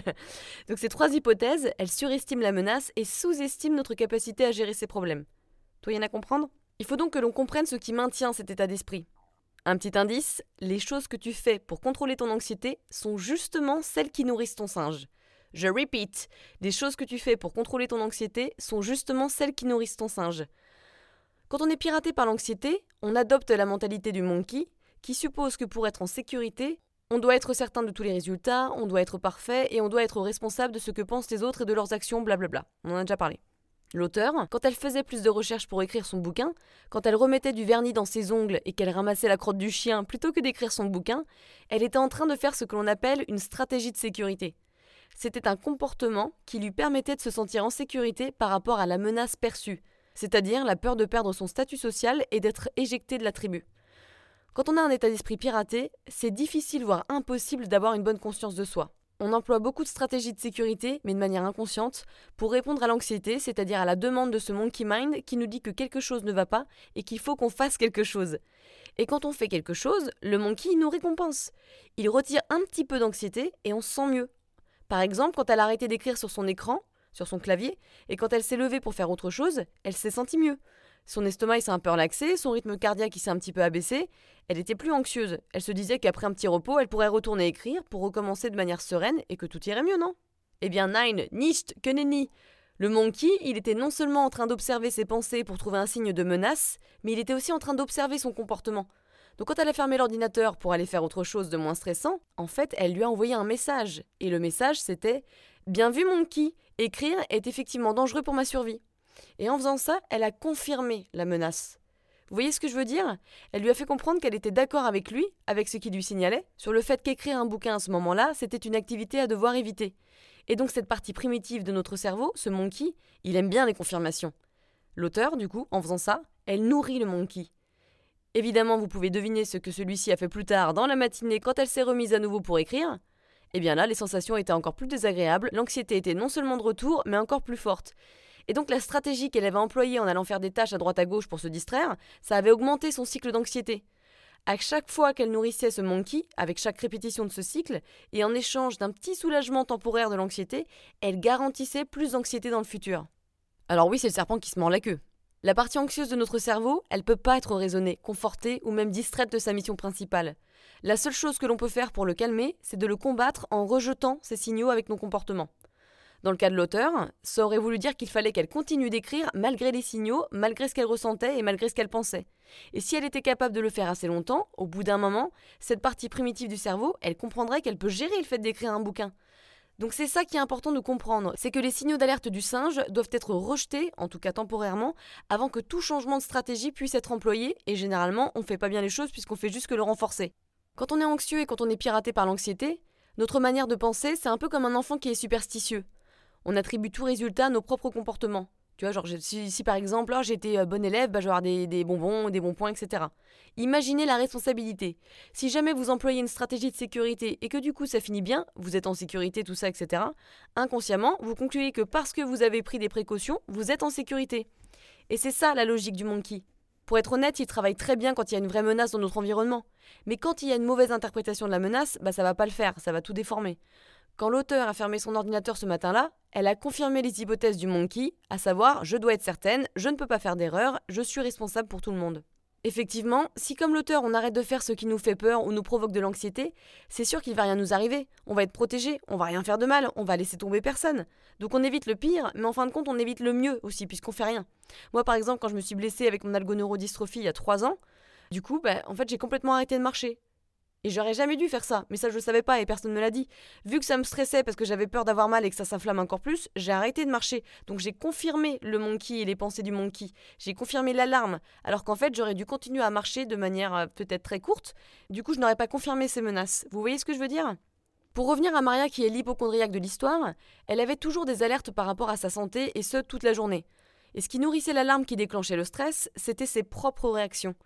Donc ces trois hypothèses, elles surestiment la menace et sous-estiment notre capacité à gérer ces problèmes. Toi, y'en a à comprendre ? Il faut donc que l'on comprenne ce qui maintient cet état d'esprit. Un petit indice, les choses que tu fais pour contrôler ton anxiété sont justement celles qui nourrissent ton singe. Je repeat, les choses que tu fais pour contrôler ton anxiété sont justement celles qui nourrissent ton singe. Quand on est piraté par l'anxiété, on adopte la mentalité du monkey, qui suppose que pour être en sécurité, on doit être certain de tous les résultats, on doit être parfait et on doit être responsable de ce que pensent les autres et de leurs actions, blablabla. On en a déjà parlé. L'auteur, quand elle faisait plus de recherches pour écrire son bouquin, quand elle remettait du vernis dans ses ongles et qu'elle ramassait la crotte du chien plutôt que d'écrire son bouquin, elle était en train de faire ce que l'on appelle une stratégie de sécurité. C'était un comportement qui lui permettait de se sentir en sécurité par rapport à la menace perçue, c'est-à-dire la peur de perdre son statut social et d'être éjecté de la tribu. Quand on a un état d'esprit piraté, c'est difficile voire impossible d'avoir une bonne conscience de soi. On emploie beaucoup de stratégies de sécurité, mais de manière inconsciente, pour répondre à l'anxiété, c'est-à-dire à la demande de ce monkey mind qui nous dit que quelque chose ne va pas et qu'il faut qu'on fasse quelque chose. Et quand on fait quelque chose, le monkey nous récompense. Il retire un petit peu d'anxiété et on se sent mieux. Par exemple, quand elle a arrêté d'écrire sur son écran, sur son clavier, et quand elle s'est levée pour faire autre chose, elle s'est sentie mieux. Son estomac s'est un peu relaxé, son rythme cardiaque s'est un petit peu abaissé, elle était plus anxieuse. Elle se disait qu'après un petit repos, elle pourrait retourner écrire pour recommencer de manière sereine et que tout irait mieux, non ? Eh bien, nein, nicht, que nenni. Le monkey, il était non seulement en train d'observer ses pensées pour trouver un signe de menace, mais il était aussi en train d'observer son comportement. Donc quand elle a fermé l'ordinateur pour aller faire autre chose de moins stressant, en fait, elle lui a envoyé un message. Et le message, c'était « Bien vu, monkey, écrire est effectivement dangereux pour ma survie ». Et en faisant ça, elle a confirmé la menace. Vous voyez ce que je veux dire ? Elle lui a fait comprendre qu'elle était d'accord avec lui, avec ce qu'il lui signalait, sur le fait qu'écrire un bouquin à ce moment-là, c'était une activité à devoir éviter. Et donc cette partie primitive de notre cerveau, ce monkey, il aime bien les confirmations. L'auteur, du coup, en faisant ça, elle nourrit le monkey. Évidemment, vous pouvez deviner ce que celui-ci a fait plus tard dans la matinée quand elle s'est remise à nouveau pour écrire. Et bien là, les sensations étaient encore plus désagréables, l'anxiété était non seulement de retour, mais encore plus forte. Et donc la stratégie qu'elle avait employée en allant faire des tâches à droite à gauche pour se distraire, ça avait augmenté son cycle d'anxiété. À chaque fois qu'elle nourrissait ce monkey, avec chaque répétition de ce cycle, et en échange d'un petit soulagement temporaire de l'anxiété, elle garantissait plus d'anxiété dans le futur. Alors oui, c'est le serpent qui se mord la queue. La partie anxieuse de notre cerveau, elle peut pas être raisonnée, confortée ou même distraite de sa mission principale. La seule chose que l'on peut faire pour le calmer, c'est de le combattre en rejetant ces signaux avec nos comportements. Dans le cas de l'auteur, ça aurait voulu dire qu'il fallait qu'elle continue d'écrire malgré les signaux, malgré ce qu'elle ressentait et malgré ce qu'elle pensait. Et si elle était capable de le faire assez longtemps, au bout d'un moment, cette partie primitive du cerveau, elle comprendrait qu'elle peut gérer le fait d'écrire un bouquin. Donc c'est ça qui est important de comprendre, c'est que les signaux d'alerte du singe doivent être rejetés, en tout cas temporairement, avant que tout changement de stratégie puisse être employé, et généralement on fait pas bien les choses puisqu'on fait juste que le renforcer. Quand on est anxieux et quand on est piraté par l'anxiété, notre manière de penser, c'est un peu comme un enfant qui est superstitieux. On attribue tout résultat à nos propres comportements. Tu vois, genre, si, si par exemple, oh, j'ai été bon élève, bah, je vais avoir des, des bonbons, des bons points, et cetera. Imaginez la responsabilité. Si jamais vous employez une stratégie de sécurité et que du coup ça finit bien, vous êtes en sécurité, tout ça, et cetera, inconsciemment, vous concluez que parce que vous avez pris des précautions, vous êtes en sécurité. Et c'est ça la logique du monkey. Pour être honnête, il travaille très bien quand il y a une vraie menace dans notre environnement. Mais quand il y a une mauvaise interprétation de la menace, bah ça va pas le faire, ça va tout déformer. Quand l'auteur a fermé son ordinateur ce matin-là, elle a confirmé les hypothèses du monkey, à savoir « je dois être certaine, je ne peux pas faire d'erreur, je suis responsable pour tout le monde ». Effectivement, si comme l'auteur on arrête de faire ce qui nous fait peur ou nous provoque de l'anxiété, c'est sûr qu'il va rien nous arriver, on va être protégé, on va rien faire de mal, on va laisser tomber personne. Donc on évite le pire, mais en fin de compte on évite le mieux aussi puisqu'on fait rien. Moi par exemple quand je me suis blessée avec mon algoneurodystrophie il y a trois ans, du coup bah, en fait j'ai complètement arrêté de marcher. Et j'aurais jamais dû faire ça, mais ça je le savais pas et personne me l'a dit. Vu que ça me stressait parce que j'avais peur d'avoir mal et que ça s'inflamme encore plus, j'ai arrêté de marcher. Donc j'ai confirmé le monkey et les pensées du monkey. J'ai confirmé l'alarme, alors qu'en fait j'aurais dû continuer à marcher de manière euh, peut-être très courte. Du coup je n'aurais pas confirmé ces menaces. Vous voyez ce que je veux dire ? Pour revenir à Maria qui est l'hypocondriaque de l'histoire, elle avait toujours des alertes par rapport à sa santé et ce toute la journée. Et ce qui nourrissait l'alarme qui déclenchait le stress, c'était ses propres réactions.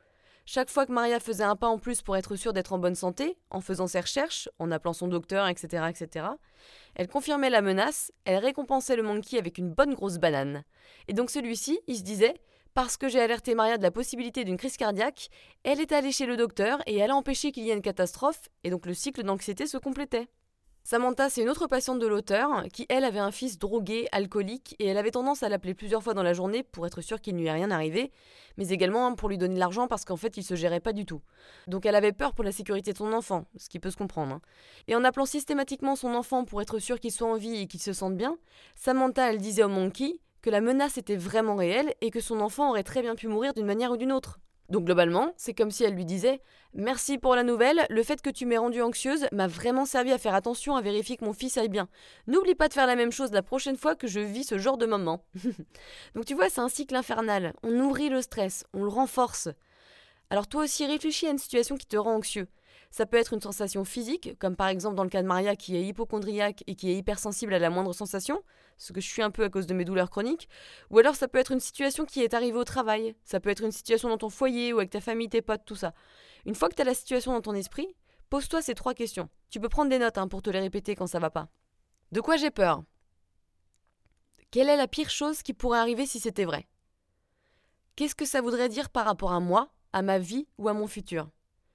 Chaque fois que Maria faisait un pas en plus pour être sûre d'être en bonne santé, en faisant ses recherches, en appelant son docteur, et cetera, et cetera, elle confirmait la menace, elle récompensait le monkey avec une bonne grosse banane. Et donc celui-ci, il se disait « Parce que j'ai alerté Maria de la possibilité d'une crise cardiaque, elle est allée chez le docteur et elle a empêché qu'il y ait une catastrophe, et donc le cycle d'anxiété se complétait. » Samantha, c'est une autre patiente de l'auteur, qui elle avait un fils drogué, alcoolique, et elle avait tendance à l'appeler plusieurs fois dans la journée pour être sûre qu'il ne lui est rien arrivé, mais également pour lui donner de l'argent parce qu'en fait il se gérait pas du tout. Donc elle avait peur pour la sécurité de son enfant, ce qui peut se comprendre. hein. Et en appelant systématiquement son enfant pour être sûre qu'il soit en vie et qu'il se sente bien, Samantha elle disait au monkey que la menace était vraiment réelle et que son enfant aurait très bien pu mourir d'une manière ou d'une autre. Donc globalement, c'est comme si elle lui disait « Merci pour la nouvelle, le fait que tu m'aies rendue anxieuse m'a vraiment servi à faire attention, à vérifier que mon fils aille bien. N'oublie pas de faire la même chose la prochaine fois que je vis ce genre de moment. » Donc tu vois, c'est un cycle infernal. On nourrit le stress, on le renforce. Alors toi aussi, réfléchis à une situation qui te rend anxieux. Ça peut être une sensation physique, comme par exemple dans le cas de Maria qui est hypocondriaque et qui est hypersensible à la moindre sensation, ce que je suis un peu à cause de mes douleurs chroniques, ou alors ça peut être une situation qui est arrivée au travail, ça peut être une situation dans ton foyer ou avec ta famille, tes potes, tout ça. Une fois que tu as la situation dans ton esprit, pose-toi ces trois questions. Tu peux prendre des notes hein, pour te les répéter quand ça va pas. De quoi j'ai peur ? Quelle est la pire chose qui pourrait arriver si c'était vrai ? Qu'est-ce que ça voudrait dire par rapport à moi, à ma vie ou à mon futur ?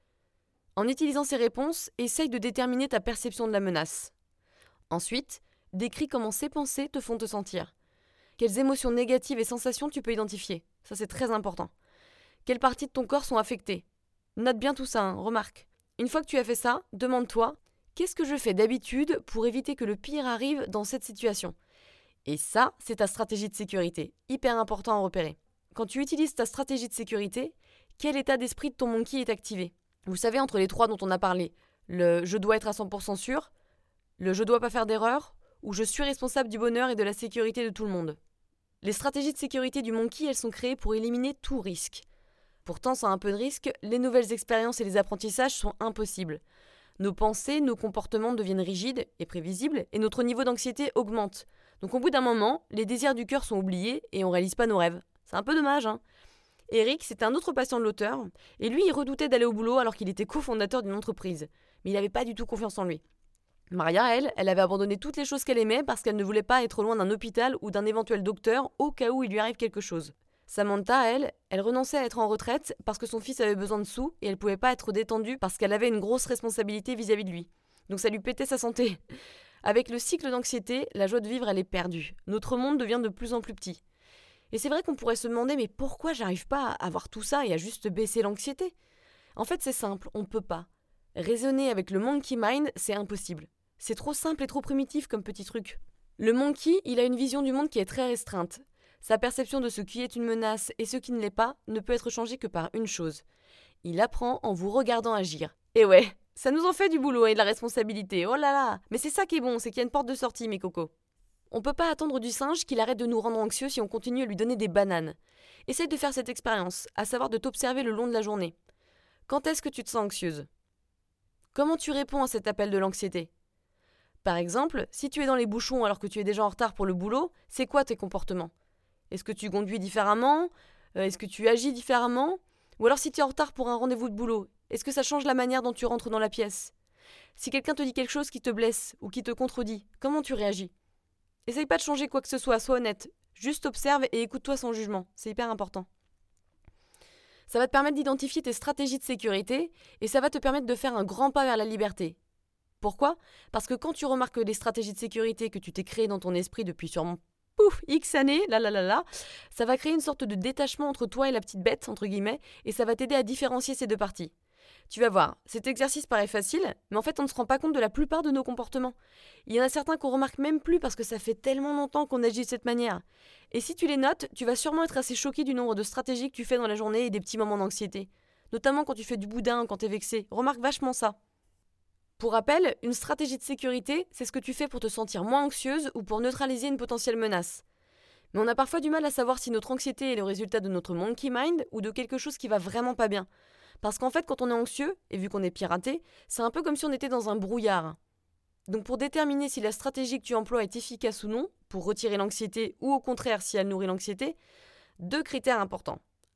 En utilisant ces réponses, essaye de déterminer ta perception de la menace. Ensuite, décris comment ces pensées te font te sentir. Quelles émotions négatives et sensations tu peux identifier. Ça, c'est très important. Quelles parties de ton corps sont affectées ? Note bien tout ça, hein, remarque. Une fois que tu as fait ça, demande-toi « Qu'est-ce que je fais d'habitude pour éviter que le pire arrive dans cette situation ?» Et ça, c'est ta stratégie de sécurité. Hyper important à repérer. Quand tu utilises ta stratégie de sécurité, quel état d'esprit de ton monkey est activé ? Vous savez, entre les trois dont on a parlé, le « je dois être à cent pour cent sûr », le « je dois pas faire d'erreur » ou « je suis responsable du bonheur et de la sécurité de tout le monde ». Les stratégies de sécurité du monkey, elles sont créées pour éliminer tout risque. Pourtant, sans un peu de risque, les nouvelles expériences et les apprentissages sont impossibles. Nos pensées, nos comportements deviennent rigides et prévisibles et notre niveau d'anxiété augmente. Donc au bout d'un moment, les désirs du cœur sont oubliés et on réalise pas nos rêves. C'est un peu dommage, hein. Eric, c'était un autre patient de l'auteur, et lui, il redoutait d'aller au boulot alors qu'il était cofondateur d'une entreprise. Mais il n'avait pas du tout confiance en lui. Maria, elle, elle avait abandonné toutes les choses qu'elle aimait parce qu'elle ne voulait pas être loin d'un hôpital ou d'un éventuel docteur au cas où il lui arrive quelque chose. Samantha, elle, elle renonçait à être en retraite parce que son fils avait besoin de sous et elle pouvait pas être détendue parce qu'elle avait une grosse responsabilité vis-à-vis de lui. Donc ça lui pétait sa santé. Avec le cycle d'anxiété, la joie de vivre, elle est perdue. Notre monde devient de plus en plus petit. Et c'est vrai qu'on pourrait se demander mais pourquoi j'arrive pas à avoir tout ça et à juste baisser l'anxiété ? En fait, c'est simple, on peut pas. Raisonner avec le monkey mind, c'est impossible. C'est trop simple et trop primitif comme petit truc. Le monkey, il a une vision du monde qui est très restreinte. Sa perception de ce qui est une menace et ce qui ne l'est pas ne peut être changée que par une chose. Il apprend en vous regardant agir. Et ouais, ça nous en fait du boulot et de la responsabilité, oh là là. Mais c'est ça qui est bon, c'est qu'il y a une porte de sortie, mes cocos. On peut pas attendre du singe qu'il arrête de nous rendre anxieux si on continue à lui donner des bananes. Essaye de faire cette expérience, à savoir de t'observer le long de la journée. Quand est-ce que tu te sens anxieuse ? Comment tu réponds à cet appel de l'anxiété ? Par exemple, si tu es dans les bouchons alors que tu es déjà en retard pour le boulot, c'est quoi tes comportements ? Est-ce que tu conduis différemment ? Est-ce que tu agis différemment ? Ou alors si tu es en retard pour un rendez-vous de boulot, est-ce que ça change la manière dont tu rentres dans la pièce ? Si quelqu'un te dit quelque chose qui te blesse ou qui te contredit, comment tu réagis ? Essaye pas de changer quoi que ce soit, sois honnête. Juste observe et écoute-toi sans jugement, c'est hyper important. Ça va te permettre d'identifier tes stratégies de sécurité et ça va te permettre de faire un grand pas vers la liberté. Pourquoi ? Parce que quand tu remarques les stratégies de sécurité que tu t'es créées dans ton esprit depuis sûrement pouf, X années, là là là là, ça va créer une sorte de détachement entre toi et la petite bête, entre guillemets, et ça va t'aider à différencier ces deux parties. Tu vas voir, cet exercice paraît facile, mais en fait on ne se rend pas compte de la plupart de nos comportements. Il y en a certains qu'on remarque même plus parce que ça fait tellement longtemps qu'on agit de cette manière. Et si tu les notes, tu vas sûrement être assez choqué du nombre de stratégies que tu fais dans la journée et des petits moments d'anxiété. Notamment quand tu fais du boudin, quand t'es vexé. Remarque vachement ça. Pour rappel, une stratégie de sécurité, c'est ce que tu fais pour te sentir moins anxieuse ou pour neutraliser une potentielle menace. Mais on a parfois du mal à savoir si notre anxiété est le résultat de notre monkey mind ou de quelque chose qui va vraiment pas bien. Parce qu'en fait, quand on est anxieux, et vu qu'on est piraté, c'est un peu comme si on était dans un brouillard. Donc pour déterminer si la stratégie que tu emploies est efficace ou non, pour retirer l'anxiété ou au contraire si elle nourrit l'anxiété, deux critères importants. un.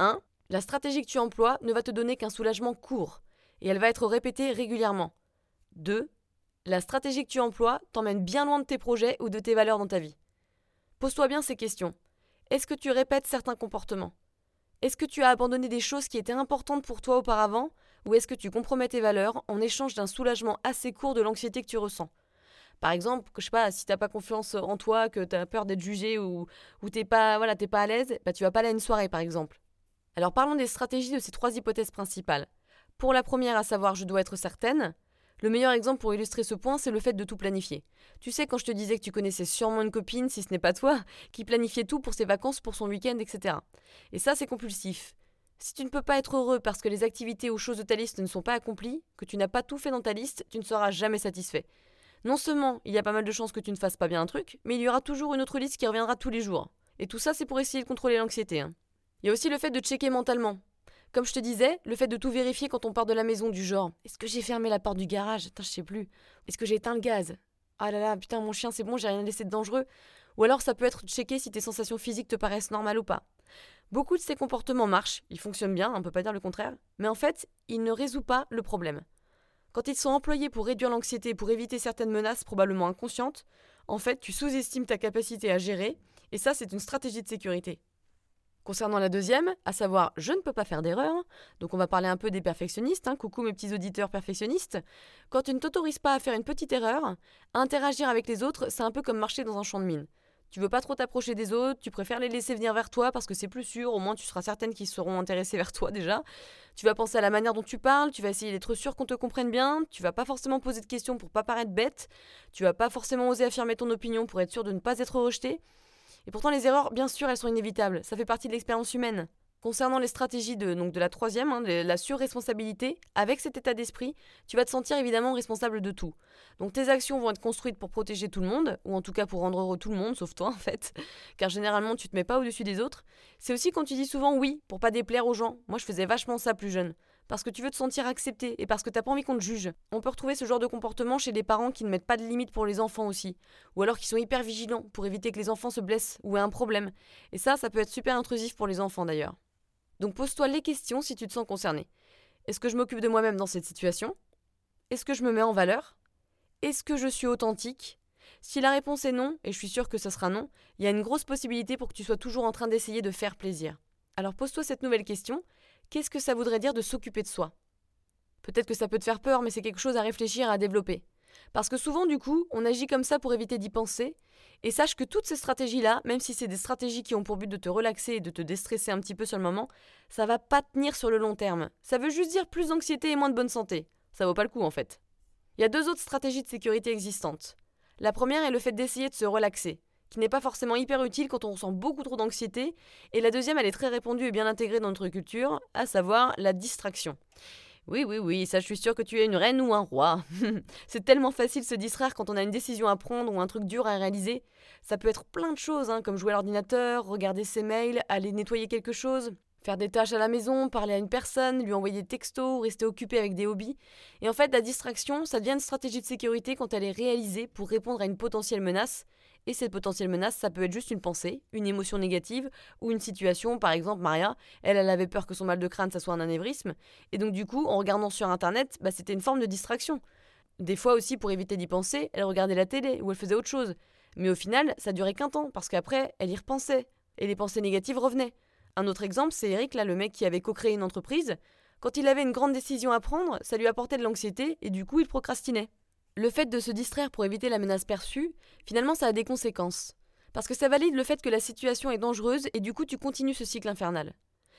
La stratégie que tu emploies ne va te donner qu'un soulagement court, et elle va être répétée régulièrement. deux. La stratégie que tu emploies t'emmène bien loin de tes projets ou de tes valeurs dans ta vie. Pose-toi bien ces questions. Est-ce que tu répètes certains comportements ? Est-ce que tu as abandonné des choses qui étaient importantes pour toi auparavant, ou est-ce que tu compromets tes valeurs en échange d'un soulagement assez court de l'anxiété que tu ressens ? Par exemple, je sais pas, si t'as pas confiance en toi, que tu as peur d'être jugé ou, ou t'es pas, voilà, t'es pas à l'aise, bah tu vas pas aller à une soirée par exemple. Alors parlons des stratégies de ces trois hypothèses principales. Pour la première, à savoir je dois être certaine, le meilleur exemple pour illustrer ce point, c'est le fait de tout planifier. Tu sais, quand je te disais que tu connaissais sûrement une copine, si ce n'est pas toi, qui planifiait tout pour ses vacances, pour son week-end, et cetera. Et ça, c'est compulsif. Si tu ne peux pas être heureux parce que les activités ou choses de ta liste ne sont pas accomplies, que tu n'as pas tout fait dans ta liste, tu ne seras jamais satisfait. Non seulement il y a pas mal de chances que tu ne fasses pas bien un truc, mais il y aura toujours une autre liste qui reviendra tous les jours. Et tout ça, c'est pour essayer de contrôler l'anxiété. Hein. Il y a aussi le fait de checker mentalement. Comme je te disais, le fait de tout vérifier quand on part de la maison, du genre « Est-ce que j'ai fermé la porte du garage ? Attends, je sais plus. Est-ce que j'ai éteint le gaz ? Ah là là, putain, mon chien, c'est bon, j'ai rien laissé de dangereux. » Ou alors ça peut être de checker si tes sensations physiques te paraissent normales ou pas. Beaucoup de ces comportements marchent, ils fonctionnent bien, on peut pas dire le contraire, mais en fait, ils ne résolvent pas le problème. Quand ils sont employés pour réduire l'anxiété et pour éviter certaines menaces probablement inconscientes, en fait, tu sous-estimes ta capacité à gérer, et ça, c'est une stratégie de sécurité. Concernant la deuxième, à savoir je ne peux pas faire d'erreur, donc on va parler un peu des perfectionnistes, hein, coucou mes petits auditeurs perfectionnistes, quand tu ne t'autorises pas à faire une petite erreur, à interagir avec les autres, c'est un peu comme marcher dans un champ de mine. Tu veux pas trop t'approcher des autres, tu préfères les laisser venir vers toi parce que c'est plus sûr, au moins tu seras certaine qu'ils seront intéressés vers toi déjà. Tu vas penser à la manière dont tu parles, tu vas essayer d'être sûr qu'on te comprenne bien, tu vas pas forcément poser de questions pour pas paraître bête, tu vas pas forcément oser affirmer ton opinion pour être sûr de ne pas être rejeté. Et pourtant, les erreurs, bien sûr, elles sont inévitables. Ça fait partie de l'expérience humaine. Concernant les stratégies de, donc de la troisième, hein, de la surresponsabilité, avec cet état d'esprit, tu vas te sentir évidemment responsable de tout. Donc tes actions vont être construites pour protéger tout le monde, ou en tout cas pour rendre heureux tout le monde, sauf toi en fait, car généralement tu te mets pas au-dessus des autres. C'est aussi quand tu dis souvent oui, pour pas déplaire aux gens. Moi je faisais vachement ça plus jeune. Parce que tu veux te sentir accepté et parce que t'as pas envie qu'on te juge. On peut retrouver ce genre de comportement chez des parents qui ne mettent pas de limites pour les enfants aussi. Ou alors qui sont hyper vigilants pour éviter que les enfants se blessent ou aient un problème. Et ça, ça peut être super intrusif pour les enfants d'ailleurs. Donc pose-toi les questions si tu te sens concerné. Est-ce que je m'occupe de moi-même dans cette situation ? Est-ce que je me mets en valeur ? Est-ce que je suis authentique ? Si la réponse est non, et je suis sûre que ce sera non, il y a une grosse possibilité pour que tu sois toujours en train d'essayer de faire plaisir. Alors pose-toi cette nouvelle question. Qu'est-ce que ça voudrait dire de s'occuper de soi ? Peut-être que ça peut te faire peur, mais c'est quelque chose à réfléchir, à développer. Parce que souvent, du coup, on agit comme ça pour éviter d'y penser. Et sache que toutes ces stratégies-là, même si c'est des stratégies qui ont pour but de te relaxer et de te déstresser un petit peu sur le moment, ça va pas tenir sur le long terme. Ça veut juste dire plus d'anxiété et moins de bonne santé. Ça vaut pas le coup, en fait. Il y a deux autres stratégies de sécurité existantes. La première est le fait d'essayer de se relaxer, qui n'est pas forcément hyper utile quand on ressent beaucoup trop d'anxiété, et la deuxième, elle est très répandue et bien intégrée dans notre culture, à savoir la distraction. Oui, oui, oui, ça je suis sûre que tu es une reine ou un roi. C'est tellement facile de se distraire quand on a une décision à prendre ou un truc dur à réaliser. Ça peut être plein de choses, hein, comme jouer à l'ordinateur, regarder ses mails, aller nettoyer quelque chose, faire des tâches à la maison, parler à une personne, lui envoyer des textos, rester occupé avec des hobbies. Et en fait, la distraction, ça devient une stratégie de sécurité quand elle est réalisée pour répondre à une potentielle menace. Et cette potentielle menace, ça peut être juste une pensée, une émotion négative ou une situation. Par exemple, Maria, elle, elle avait peur que son mal de crâne, ça soit un anévrisme. Et donc du coup, en regardant sur Internet, bah, c'était une forme de distraction. Des fois aussi, pour éviter d'y penser, elle regardait la télé ou elle faisait autre chose. Mais au final, ça durait qu'un temps, parce qu'après, elle y repensait. Et les pensées négatives revenaient. Un autre exemple, c'est Eric, là, le mec qui avait co-créé une entreprise. Quand il avait une grande décision à prendre, ça lui apportait de l'anxiété et du coup, il procrastinait. Le fait de se distraire pour éviter la menace perçue, finalement ça a des conséquences. Parce que ça valide le fait que la situation est dangereuse et du coup tu continues ce cycle infernal.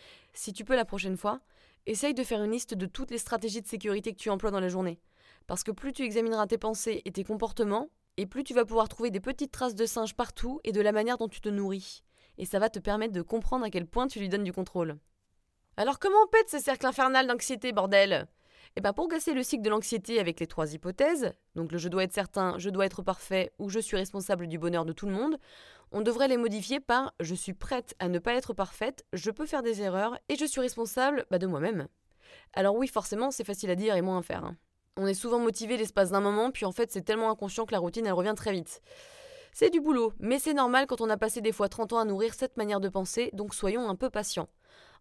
Si tu peux la prochaine fois, essaye de faire une liste de toutes les stratégies de sécurité que tu emploies dans la journée. Parce que plus tu examineras tes pensées et tes comportements, et plus tu vas pouvoir trouver des petites traces de singe partout et de la manière dont tu te nourris. Et ça va te permettre de comprendre à quel point tu lui donnes du contrôle. Alors comment on pète ce cercle infernal d'anxiété, bordel ? Et bien pour casser le cycle de l'anxiété avec les trois hypothèses, donc le je dois être certain, je dois être parfait ou je suis responsable du bonheur de tout le monde, on devrait les modifier par je suis prête à ne pas être parfaite, je peux faire des erreurs et je suis responsable bah, de moi-même. Alors oui, forcément, c'est facile à dire et moins à faire. Hein. On est souvent motivé l'espace d'un moment, puis en fait c'est tellement inconscient que la routine elle revient très vite. C'est du boulot, mais c'est normal quand on a passé des fois trente ans à nourrir cette manière de penser, donc soyons un peu patients.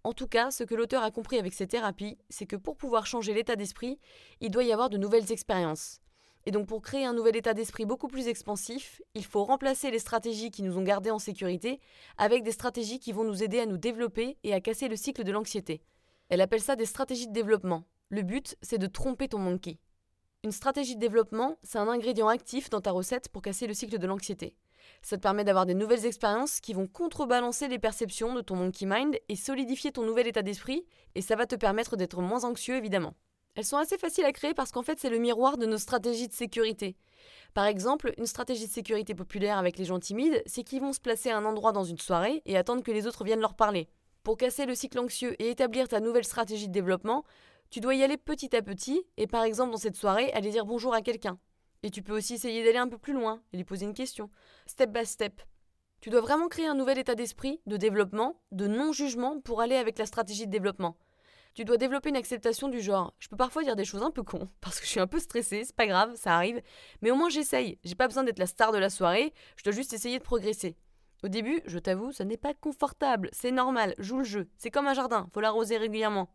En tout cas, ce que l'auteur a compris avec ces thérapies, c'est que pour pouvoir changer l'état d'esprit, il doit y avoir de nouvelles expériences. Et donc pour créer un nouvel état d'esprit beaucoup plus expansif, il faut remplacer les stratégies qui nous ont gardés en sécurité avec des stratégies qui vont nous aider à nous développer et à casser le cycle de l'anxiété. Elle appelle ça des stratégies de développement. Le but, c'est de tromper ton monkey. Une stratégie de développement, c'est un ingrédient actif dans ta recette pour casser le cycle de l'anxiété. Ça te permet d'avoir des nouvelles expériences qui vont contrebalancer les perceptions de ton monkey mind et solidifier ton nouvel état d'esprit, et ça va te permettre d'être moins anxieux évidemment. Elles sont assez faciles à créer parce qu'en fait c'est le miroir de nos stratégies de sécurité. Par exemple, une stratégie de sécurité populaire avec les gens timides, c'est qu'ils vont se placer à un endroit dans une soirée et attendre que les autres viennent leur parler. Pour casser le cycle anxieux et établir ta nouvelle stratégie de développement, tu dois y aller petit à petit et par exemple dans cette soirée, aller dire bonjour à quelqu'un. Et tu peux aussi essayer d'aller un peu plus loin et lui poser une question, step by step. Tu dois vraiment créer un nouvel état d'esprit, de développement, de non-jugement pour aller avec la stratégie de développement. Tu dois développer une acceptation du genre. Je peux parfois dire des choses un peu cons, parce que je suis un peu stressée, c'est pas grave, ça arrive. Mais au moins j'essaye, j'ai pas besoin d'être la star de la soirée, je dois juste essayer de progresser. Au début, je t'avoue, ça n'est pas confortable, c'est normal, joue le jeu. C'est comme un jardin, faut l'arroser régulièrement.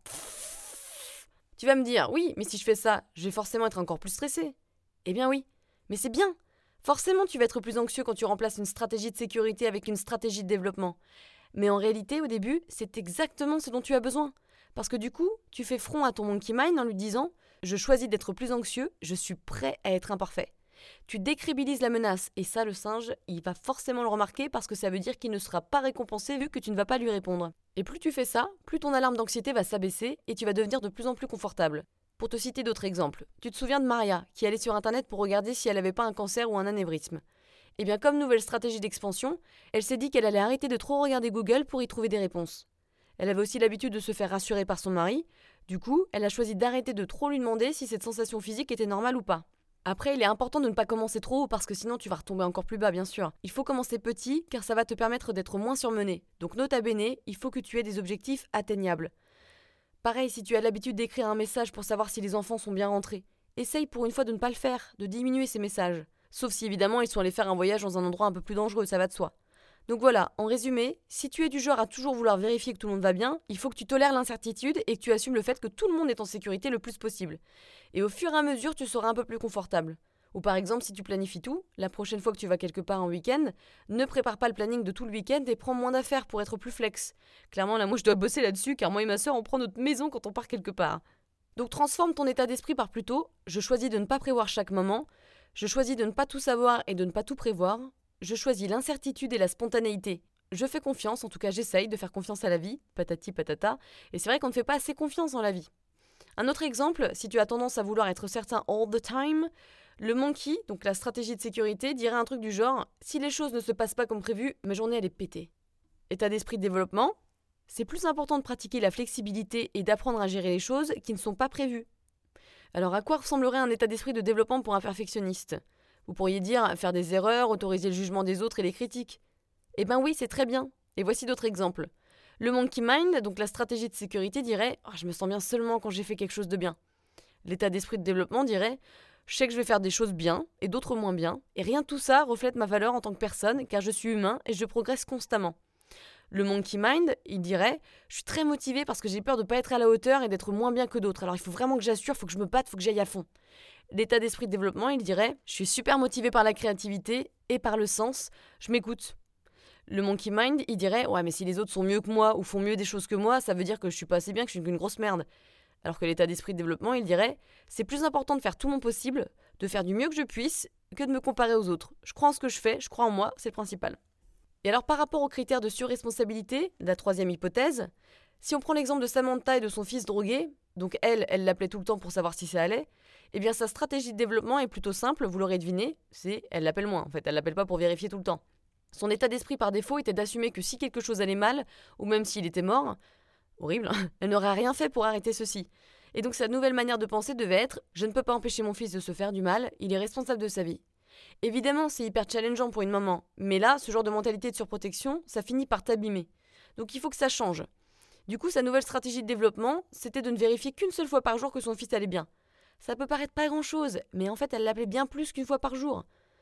Tu vas me dire, oui, mais si je fais ça, je vais forcément être encore plus stressée. Eh bien oui, mais c'est bien. Forcément, tu vas être plus anxieux quand tu remplaces une stratégie de sécurité avec une stratégie de développement. Mais en réalité, au début, c'est exactement ce dont tu as besoin. Parce que du coup, tu fais front à ton monkey mind en lui disant « Je choisis d'être plus anxieux, je suis prêt à être imparfait ». Tu décrédibilises la menace, et ça, le singe, il va forcément le remarquer parce que ça veut dire qu'il ne sera pas récompensé vu que tu ne vas pas lui répondre. Et plus tu fais ça, plus ton alarme d'anxiété va s'abaisser et tu vas devenir de plus en plus confortable. Pour te citer d'autres exemples, tu te souviens de Maria, qui allait sur internet pour regarder si elle n'avait pas un cancer ou un anévrisme. Eh bien, comme nouvelle stratégie d'expansion, elle s'est dit qu'elle allait arrêter de trop regarder Google pour y trouver des réponses. Elle avait aussi l'habitude de se faire rassurer par son mari, du coup, elle a choisi d'arrêter de trop lui demander si cette sensation physique était normale ou pas. Après, il est important de ne pas commencer trop haut parce que sinon tu vas retomber encore plus bas, bien sûr. Il faut commencer petit car ça va te permettre d'être moins surmené. Donc nota bene, il faut que tu aies des objectifs atteignables. Pareil, si tu as l'habitude d'écrire un message pour savoir si les enfants sont bien rentrés, essaye pour une fois de ne pas le faire, de diminuer ces messages. Sauf si évidemment ils sont allés faire un voyage dans un endroit un peu plus dangereux, ça va de soi. Donc voilà, en résumé, si tu es du genre à toujours vouloir vérifier que tout le monde va bien, il faut que tu tolères l'incertitude et que tu assumes le fait que tout le monde est en sécurité le plus possible. Et au fur et à mesure, tu seras un peu plus confortable. Ou par exemple, si tu planifies tout, la prochaine fois que tu vas quelque part en week-end, ne prépare pas le planning de tout le week-end et prends moins d'affaires pour être plus flex. Clairement, là, moi, je dois bosser là-dessus car moi et ma sœur, on prend notre maison quand on part quelque part. Donc transforme ton état d'esprit par plutôt « je choisis de ne pas prévoir chaque moment »,« je choisis de ne pas tout savoir et de ne pas tout prévoir », je choisis l'incertitude et la spontanéité. Je fais confiance, en tout cas j'essaye de faire confiance à la vie, patati patata, et c'est vrai qu'on ne fait pas assez confiance dans la vie. Un autre exemple, si tu as tendance à vouloir être certain all the time, le monkey, donc la stratégie de sécurité, dirait un truc du genre « si les choses ne se passent pas comme prévu, ma journée elle est pétée ». État d'esprit de développement, c'est plus important de pratiquer la flexibilité et d'apprendre à gérer les choses qui ne sont pas prévues. Alors à quoi ressemblerait un état d'esprit de développement pour un perfectionniste ? Vous pourriez dire faire des erreurs, autoriser le jugement des autres et les critiques. Eh ben oui, c'est très bien. Et voici d'autres exemples. Le monkey mind, donc la stratégie de sécurité, dirait oh, « je me sens bien seulement quand j'ai fait quelque chose de bien ». L'état d'esprit de développement dirait « je sais que je vais faire des choses bien et d'autres moins bien, et rien de tout ça reflète ma valeur en tant que personne car je suis humain et je progresse constamment ». Le monkey mind, il dirait « je suis très motivé parce que j'ai peur de ne pas être à la hauteur et d'être moins bien que d'autres, alors il faut vraiment que j'assure, il faut que je me batte, il faut que j'aille à fond ». L'état d'esprit de développement, il dirait « je suis super motivé par la créativité et par le sens, je m'écoute ». Le monkey mind, il dirait « ouais mais si les autres sont mieux que moi ou font mieux des choses que moi, ça veut dire que je suis pas assez bien, que je suis une grosse merde ». Alors que l'état d'esprit de développement, il dirait « c'est plus important de faire tout mon possible, de faire du mieux que je puisse, que de me comparer aux autres. Je crois en ce que je fais, je crois en moi, c'est le principal ». Et alors par rapport aux critères de surresponsabilité, la troisième hypothèse, si on prend l'exemple de Samantha et de son fils drogué, donc elle, elle l'appelait tout le temps pour savoir si ça allait, eh bien sa stratégie de développement est plutôt simple, vous l'aurez deviné, c'est elle l'appelle moins en fait, elle l'appelle pas pour vérifier tout le temps. Son état d'esprit par défaut était d'assumer que si quelque chose allait mal, ou même s'il était mort, horrible, elle n'aurait rien fait pour arrêter ceci. Et donc sa nouvelle manière de penser devait être « je ne peux pas empêcher mon fils de se faire du mal, il est responsable de sa vie ». Évidemment, c'est hyper challengeant pour une maman, mais là, ce genre de mentalité de surprotection, ça finit par t'abîmer. Donc il faut que ça change. Du coup, sa nouvelle stratégie de développement, c'était de ne vérifier qu'une seule fois par jour que son fils allait bien. Ça peut paraître pas grand-chose, mais en fait, elle l'appelait bien plus qu'une fois par jour.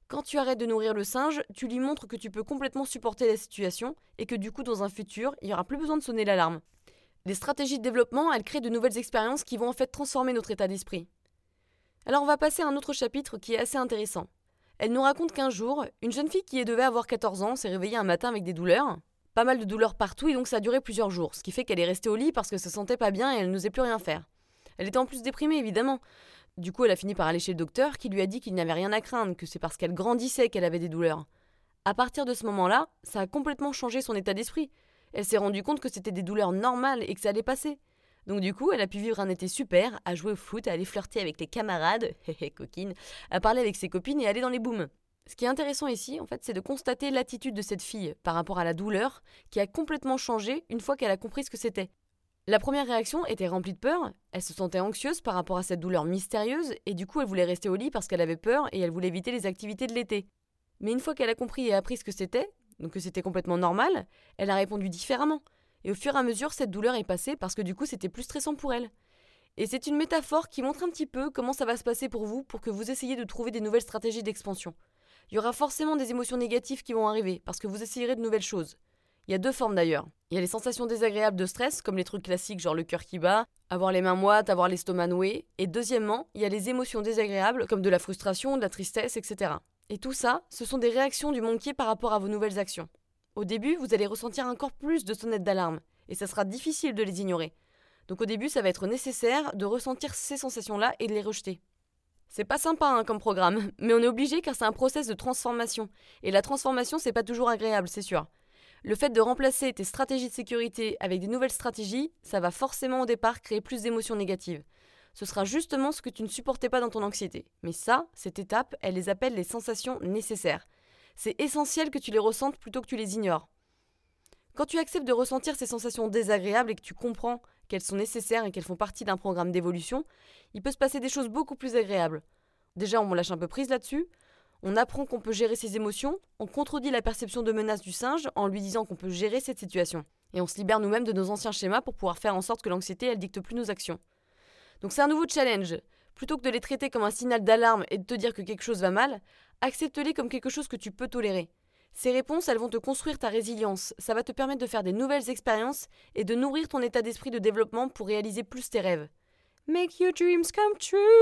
Quand tu arrêtes de nourrir le singe, tu lui montres que tu peux complètement supporter la situation et que du coup, dans un futur, il n'y aura plus besoin de sonner l'alarme. Les stratégies de développement, elles créent de nouvelles expériences qui vont en fait transformer notre état d'esprit. Alors on va passer à un autre chapitre qui est assez intéressant. Elle nous raconte qu'un jour, une jeune fille qui devait avoir quatorze ans s'est réveillée un matin avec des douleurs. Pas mal de douleurs partout et donc ça a duré plusieurs jours, ce qui fait qu'elle est restée au lit parce que ça se sentait pas bien et elle n'osait plus rien faire. Elle était en plus déprimée évidemment. Du coup elle a fini par aller chez le docteur qui lui a dit qu'il n'y avait rien à craindre, que c'est parce qu'elle grandissait qu'elle avait des douleurs. À partir de ce moment-là, ça a complètement changé son état d'esprit. Elle s'est rendue compte que c'était des douleurs normales et que ça allait passer. Donc du coup, elle a pu vivre un été super, à jouer au foot, à aller flirter avec les camarades, hé coquine, à parler avec ses copines et aller dans les booms. Ce qui est intéressant ici, en fait, c'est de constater l'attitude de cette fille par rapport à la douleur, qui a complètement changé une fois qu'elle a compris ce que c'était. La première réaction était remplie de peur, elle se sentait anxieuse par rapport à cette douleur mystérieuse, et du coup elle voulait rester au lit parce qu'elle avait peur et elle voulait éviter les activités de l'été. Mais une fois qu'elle a compris et appris ce que c'était, donc que c'était complètement normal, elle a répondu différemment. Et au fur et à mesure, cette douleur est passée parce que du coup c'était plus stressant pour elle. Et c'est une métaphore qui montre un petit peu comment ça va se passer pour vous pour que vous essayiez de trouver des nouvelles stratégies d'expansion. Il y aura forcément des émotions négatives qui vont arriver parce que vous essayerez de nouvelles choses. Il y a deux formes d'ailleurs. Il y a les sensations désagréables de stress, comme les trucs classiques genre le cœur qui bat, avoir les mains moites, avoir l'estomac noué. Et deuxièmement, il y a les émotions désagréables, comme de la frustration, de la tristesse, et cetera. Et tout ça, ce sont des réactions du monkey par rapport à vos nouvelles actions. Au début, vous allez ressentir encore plus de sonnettes d'alarme, et ça sera difficile de les ignorer. Donc au début, ça va être nécessaire de ressentir ces sensations-là et de les rejeter. C'est pas sympa hein, comme programme, mais on est obligé car c'est un process de transformation. Et la transformation, c'est pas toujours agréable, c'est sûr. Le fait de remplacer tes stratégies de sécurité avec des nouvelles stratégies, ça va forcément au départ créer plus d'émotions négatives. Ce sera justement ce que tu ne supportais pas dans ton anxiété. Mais ça, cette étape, elle les appelle les sensations nécessaires. C'est essentiel que tu les ressentes plutôt que tu les ignores. Quand tu acceptes de ressentir ces sensations désagréables et que tu comprends qu'elles sont nécessaires et qu'elles font partie d'un programme d'évolution, il peut se passer des choses beaucoup plus agréables. Déjà, on lâche un peu prise là-dessus. On apprend qu'on peut gérer ses émotions, on contredit la perception de menace du singe en lui disant qu'on peut gérer cette situation. Et on se libère nous-mêmes de nos anciens schémas pour pouvoir faire en sorte que l'anxiété, elle dicte plus nos actions. Donc c'est un nouveau challenge. Plutôt que de les traiter comme un signal d'alarme et de te dire que quelque chose va mal, accepte-les comme quelque chose que tu peux tolérer. Ces réponses, elles vont te construire ta résilience, ça va te permettre de faire des nouvelles expériences et de nourrir ton état d'esprit de développement pour réaliser plus tes rêves. Make your dreams come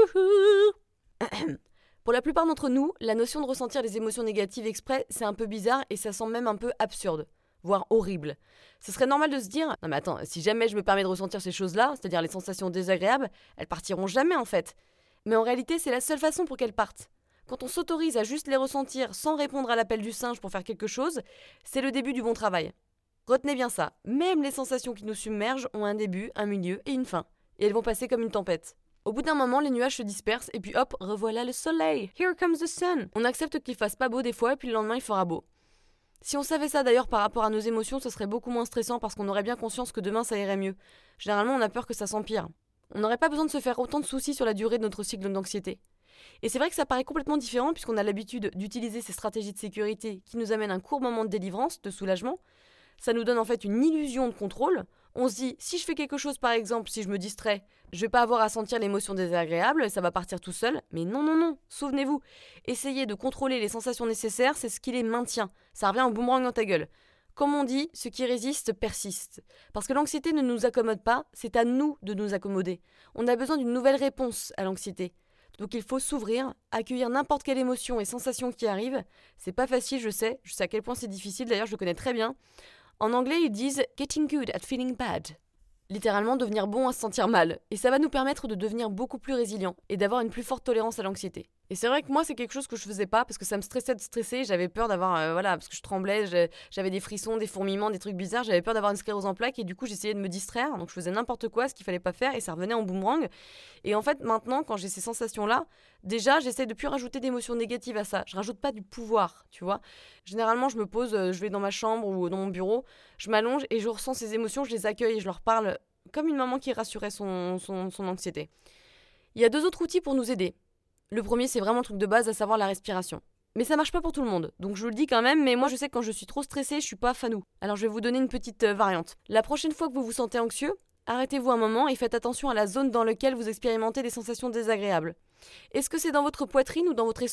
true. Pour la plupart d'entre nous, la notion de ressentir les émotions négatives exprès, c'est un peu bizarre et ça semble même un peu absurde, voire horrible. Ce serait normal de se dire « Non mais attends, si jamais je me permets de ressentir ces choses-là, c'est-à-dire les sensations désagréables, elles partiront jamais en fait. » Mais en réalité, c'est la seule façon pour qu'elles partent. Quand on s'autorise à juste les ressentir sans répondre à l'appel du singe pour faire quelque chose, c'est le début du bon travail. Retenez bien ça, même les sensations qui nous submergent ont un début, un milieu et une fin. Et elles vont passer comme une tempête. Au bout d'un moment, les nuages se dispersent et puis hop, revoilà le soleil. Here comes the sun. On accepte qu'il fasse pas beau des fois et puis le lendemain il fera beau. Si on savait ça d'ailleurs par rapport à nos émotions, ce serait beaucoup moins stressant parce qu'on aurait bien conscience que demain ça irait mieux. Généralement, on a peur que ça s'empire. On n'aurait pas besoin de se faire autant de soucis sur la durée de notre cycle d'anxiété. Et c'est vrai que ça paraît complètement différent puisqu'on a l'habitude d'utiliser ces stratégies de sécurité qui nous amènent un court moment de délivrance, de soulagement. Ça nous donne en fait une illusion de contrôle. On se dit, si je fais quelque chose par exemple, si je me distrais, je vais pas avoir à sentir l'émotion désagréable, ça va partir tout seul. Mais non, non, non, souvenez-vous, essayez de contrôler les sensations nécessaires, c'est ce qui les maintient. Ça revient en boomerang dans ta gueule. Comme on dit, ce qui résiste persiste. Parce que l'anxiété ne nous accommode pas, c'est à nous de nous accommoder. On a besoin d'une nouvelle réponse à l'anxiété. Donc il faut s'ouvrir, accueillir n'importe quelle émotion et sensation qui arrive. C'est pas facile, je sais, je sais à quel point c'est difficile, d'ailleurs je le connais très bien. En anglais, ils disent « getting good at feeling bad ». Littéralement, devenir bon à se sentir mal. Et ça va nous permettre de devenir beaucoup plus résilients et d'avoir une plus forte tolérance à l'anxiété. Et c'est vrai que moi, c'est quelque chose que je faisais pas parce que ça me stressait de stresser. J'avais peur d'avoir, euh, voilà, parce que je tremblais, j'avais des frissons, des fourmillements, des trucs bizarres. J'avais peur d'avoir une sclérose en plaques et du coup, j'essayais de me distraire. Donc, je faisais n'importe quoi, ce qu'il fallait pas faire et ça revenait en boomerang. Et en fait, maintenant, quand j'ai ces sensations-là, déjà, j'essaie de plus rajouter d'émotions négatives à ça. Je rajoute pas du pouvoir, tu vois. Généralement, je me pose, euh, je vais dans ma chambre ou dans mon bureau, je m'allonge et je ressens ces émotions, je les accueille et je leur parle comme une maman qui rassurait son, son, son anxiété. Il y a deux autres outils pour nous aider. Le premier, c'est vraiment le truc de base, à savoir la respiration. Mais ça marche pas pour tout le monde, donc je vous le dis quand même, mais moi je sais que quand je suis trop stressée, je suis pas fanou. Alors je vais vous donner une petite euh, variante. La prochaine fois que vous vous sentez anxieux, arrêtez-vous un moment et faites attention à la zone dans laquelle vous expérimentez des sensations désagréables. Est-ce que c'est dans votre poitrine ou dans votre estomac ?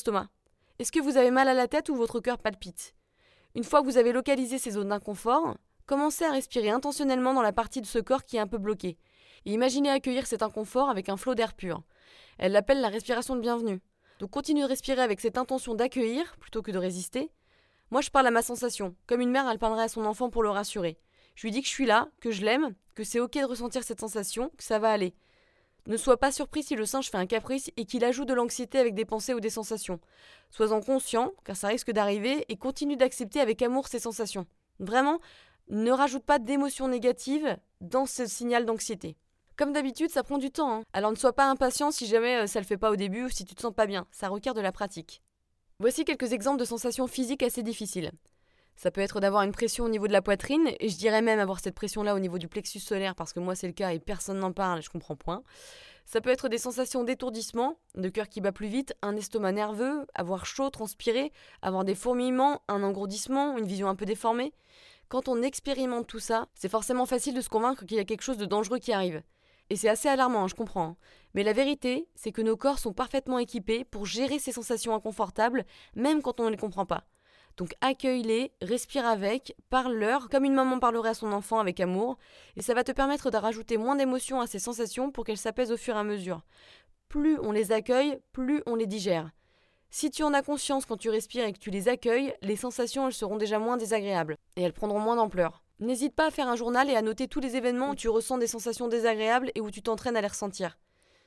Est-ce que vous avez mal à la tête ou votre cœur palpite? Une fois que vous avez localisé ces zones d'inconfort, commencez à respirer intentionnellement dans la partie de ce corps qui est un peu bloquée. Et imaginez accueillir cet inconfort avec un flot d'air pur. Elle l'appelle la respiration de bienvenue. Donc continuez de respirer avec cette intention d'accueillir plutôt que de résister. Moi je parle à ma sensation, comme une mère elle parlerait à son enfant pour le rassurer. Je lui dis que je suis là, que je l'aime, que c'est ok de ressentir cette sensation, que ça va aller. Ne sois pas surpris si le singe fait un caprice et qu'il ajoute de l'anxiété avec des pensées ou des sensations. Sois-en conscient, car ça risque d'arriver, et continue d'accepter avec amour ces sensations. Vraiment, ne rajoute pas d'émotions négatives dans ce signal d'anxiété. Comme d'habitude, ça prend du temps, hein. Alors ne sois pas impatient si jamais ça le fait pas au début ou si tu te sens pas bien, ça requiert de la pratique. Voici quelques exemples de sensations physiques assez difficiles. Ça peut être d'avoir une pression au niveau de la poitrine, et je dirais même avoir cette pression-là au niveau du plexus solaire, parce que moi c'est le cas et personne n'en parle, je comprends point. Ça peut être des sensations d'étourdissement, de cœur qui bat plus vite, un estomac nerveux, avoir chaud, transpirer, avoir des fourmillements, un engourdissement, une vision un peu déformée. Quand on expérimente tout ça, c'est forcément facile de se convaincre qu'il y a quelque chose de dangereux qui arrive. Et c'est assez alarmant, hein, je comprends. Hein. Mais la vérité, c'est que nos corps sont parfaitement équipés pour gérer ces sensations inconfortables, même quand on ne les comprend pas. Donc accueille-les, respire avec, parle-leur comme une maman parlerait à son enfant avec amour, et ça va te permettre de rajouter moins d'émotions à ces sensations pour qu'elles s'apaisent au fur et à mesure. Plus on les accueille, plus on les digère. Si tu en as conscience quand tu respires et que tu les accueilles, les sensations elles seront déjà moins désagréables, et elles prendront moins d'ampleur. N'hésite pas à faire un journal et à noter tous les événements où tu ressens des sensations désagréables et où tu t'entraînes à les ressentir.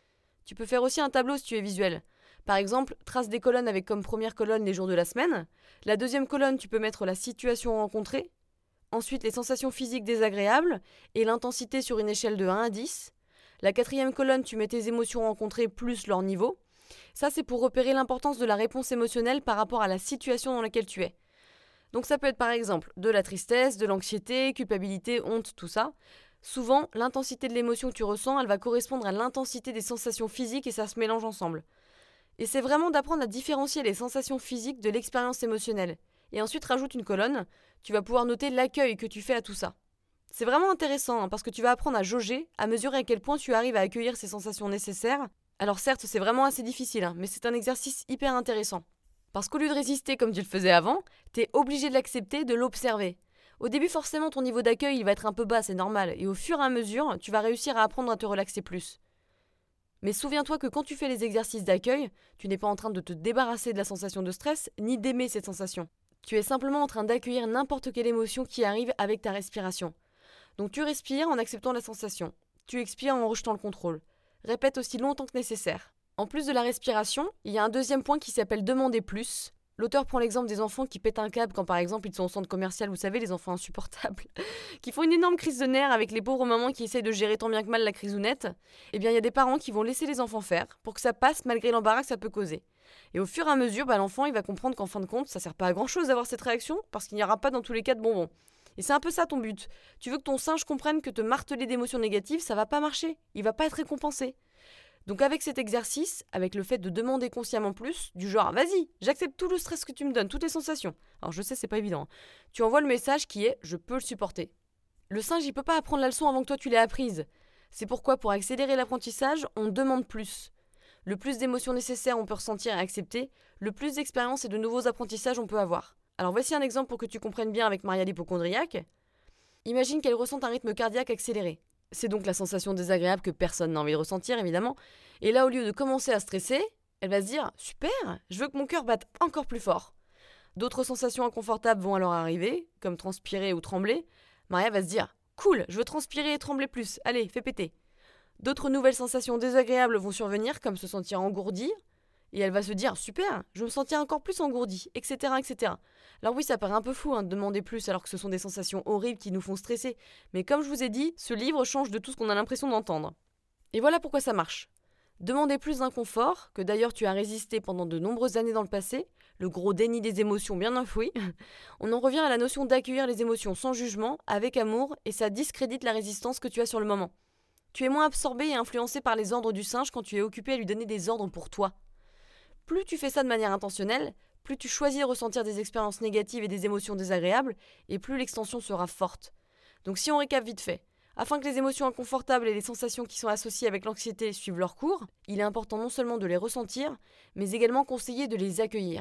Tu peux faire aussi un tableau si tu es visuel. Par exemple, trace des colonnes avec comme première colonne les jours de la semaine. La deuxième colonne, tu peux mettre la situation rencontrée. Ensuite, les sensations physiques désagréables et l'intensité sur une échelle de un à dix. La quatrième colonne, tu mets tes émotions rencontrées plus leur niveau. Ça, c'est pour repérer l'importance de la réponse émotionnelle par rapport à la situation dans laquelle tu es. Donc ça peut être par exemple de la tristesse, de l'anxiété, culpabilité, honte, tout ça. Souvent, l'intensité de l'émotion que tu ressens, elle va correspondre à l'intensité des sensations physiques et ça se mélange ensemble. Et c'est vraiment d'apprendre à différencier les sensations physiques de l'expérience émotionnelle. Et ensuite, rajoute une colonne, tu vas pouvoir noter l'accueil que tu fais à tout ça. C'est vraiment intéressant hein, parce que tu vas apprendre à jauger, à mesurer à quel point tu arrives à accueillir ces sensations nécessaires. Alors certes, c'est vraiment assez difficile, hein, mais c'est un exercice hyper intéressant. Parce qu'au lieu de résister comme tu le faisais avant, t'es obligé de l'accepter, de l'observer. Au début, forcément, ton niveau d'accueil il va être un peu bas, c'est normal, et au fur et à mesure, tu vas réussir à apprendre à te relaxer plus. Mais souviens-toi que quand tu fais les exercices d'accueil, tu n'es pas en train de te débarrasser de la sensation de stress, ni d'aimer cette sensation. Tu es simplement en train d'accueillir n'importe quelle émotion qui arrive avec ta respiration. Donc tu respires en acceptant la sensation. Tu expires en rejetant le contrôle. Répète aussi longtemps que nécessaire. En plus de la respiration, il y a un deuxième point qui s'appelle demander plus. L'auteur prend l'exemple des enfants qui pètent un câble quand par exemple ils sont au centre commercial, vous savez, les enfants insupportables, qui font une énorme crise de nerfs avec les pauvres mamans qui essayent de gérer tant bien que mal la crisounette. Eh bien il y a des parents qui vont laisser les enfants faire pour que ça passe malgré l'embarras que ça peut causer. Et au fur et à mesure, bah, l'enfant il va comprendre qu'en fin de compte, ça sert pas à grand chose d'avoir cette réaction parce qu'il n'y aura pas dans tous les cas de bonbons. Et c'est un peu ça ton but. Tu veux que ton singe comprenne que te marteler d'émotions négatives, ça va pas marcher. Il va pas être récompensé. Donc avec cet exercice, avec le fait de demander consciemment plus, du genre « vas-y, j'accepte tout le stress que tu me donnes, toutes les sensations ». Alors je sais, c'est pas évident. Hein. Tu envoies le message qui est « je peux le supporter ». Le singe, il peut pas apprendre la leçon avant que toi tu l'aies apprise. C'est pourquoi pour accélérer l'apprentissage, on demande plus. Le plus d'émotions nécessaires on peut ressentir et accepter, le plus d'expériences et de nouveaux apprentissages on peut avoir. Alors voici un exemple pour que tu comprennes bien avec Maria l'hypocondriaque. Imagine qu'elle ressent un rythme cardiaque accéléré. C'est donc la sensation désagréable que personne n'a envie de ressentir, évidemment. Et là, au lieu de commencer à stresser, elle va se dire « Super, je veux que mon cœur batte encore plus fort ». D'autres sensations inconfortables vont alors arriver, comme transpirer ou trembler. Maria va se dire « Cool, je veux transpirer et trembler plus, allez, fais péter ». D'autres nouvelles sensations désagréables vont survenir, comme se sentir engourdie. Et elle va se dire « Super, je veux me sentir encore plus engourdie, et cetera et cetera » Alors oui, ça paraît un peu fou hein, de demander plus alors que ce sont des sensations horribles qui nous font stresser. Mais comme je vous ai dit, ce livre change de tout ce qu'on a l'impression d'entendre. Et voilà pourquoi ça marche. Demander plus d'inconfort, que d'ailleurs tu as résisté pendant de nombreuses années dans le passé, le gros déni des émotions bien enfoui, on en revient à la notion d'accueillir les émotions sans jugement, avec amour, et ça discrédite la résistance que tu as sur le moment. Tu es moins absorbé et influencé par les ordres du singe quand tu es occupé à lui donner des ordres pour toi. Plus tu fais ça de manière intentionnelle, plus tu choisis de ressentir des expériences négatives et des émotions désagréables, et plus l'extension sera forte. Donc si on récap vite fait, afin que les émotions inconfortables et les sensations qui sont associées avec l'anxiété suivent leur cours, il est important non seulement de les ressentir, mais également conseillé de les accueillir.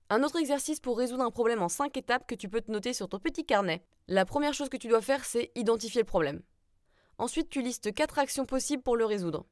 Un autre exercice pour résoudre un problème en cinq étapes que tu peux te noter sur ton petit carnet. La première chose que tu dois faire, c'est identifier le problème. Ensuite, tu listes quatre actions possibles pour le résoudre.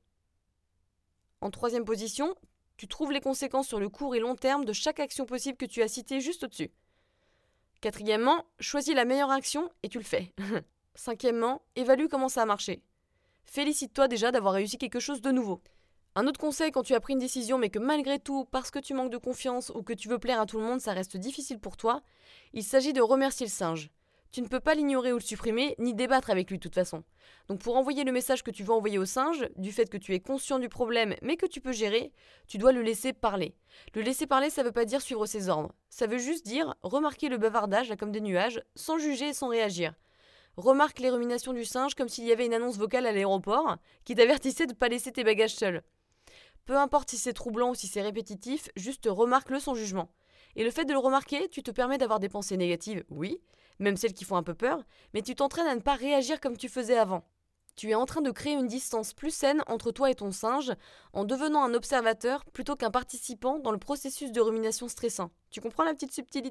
En troisième position, tu trouves les conséquences sur le court et long terme de chaque action possible que tu as citée juste au-dessus. Quatrièmement, choisis la meilleure action et tu le fais. Cinquièmement, évalue comment ça a marché. Félicite-toi déjà d'avoir réussi quelque chose de nouveau. Un autre conseil quand tu as pris une décision mais que malgré tout, parce que tu manques de confiance ou que tu veux plaire à tout le monde, ça reste difficile pour toi, il s'agit de remercier le singe. Tu ne peux pas l'ignorer ou le supprimer, ni débattre avec lui de toute façon. Donc pour envoyer le message que tu veux envoyer au singe, du fait que tu es conscient du problème mais que tu peux gérer, tu dois le laisser parler. Le laisser parler, ça veut pas dire suivre ses ordres. Ça veut juste dire remarquer le bavardage là comme des nuages, sans juger et sans réagir. Remarque les ruminations du singe comme s'il y avait une annonce vocale à l'aéroport qui t'avertissait de ne pas laisser tes bagages seuls. Peu importe si c'est troublant ou si c'est répétitif, juste remarque-le sans jugement. Et le fait de le remarquer, tu te permets d'avoir des pensées négatives, oui, même celles qui font un peu peur, mais tu t'entraînes à ne pas réagir comme tu faisais avant. Tu es en train de créer une distance plus saine entre toi et ton singe en devenant un observateur plutôt qu'un participant dans le processus de rumination stressant. Tu comprends la petite subtilité ?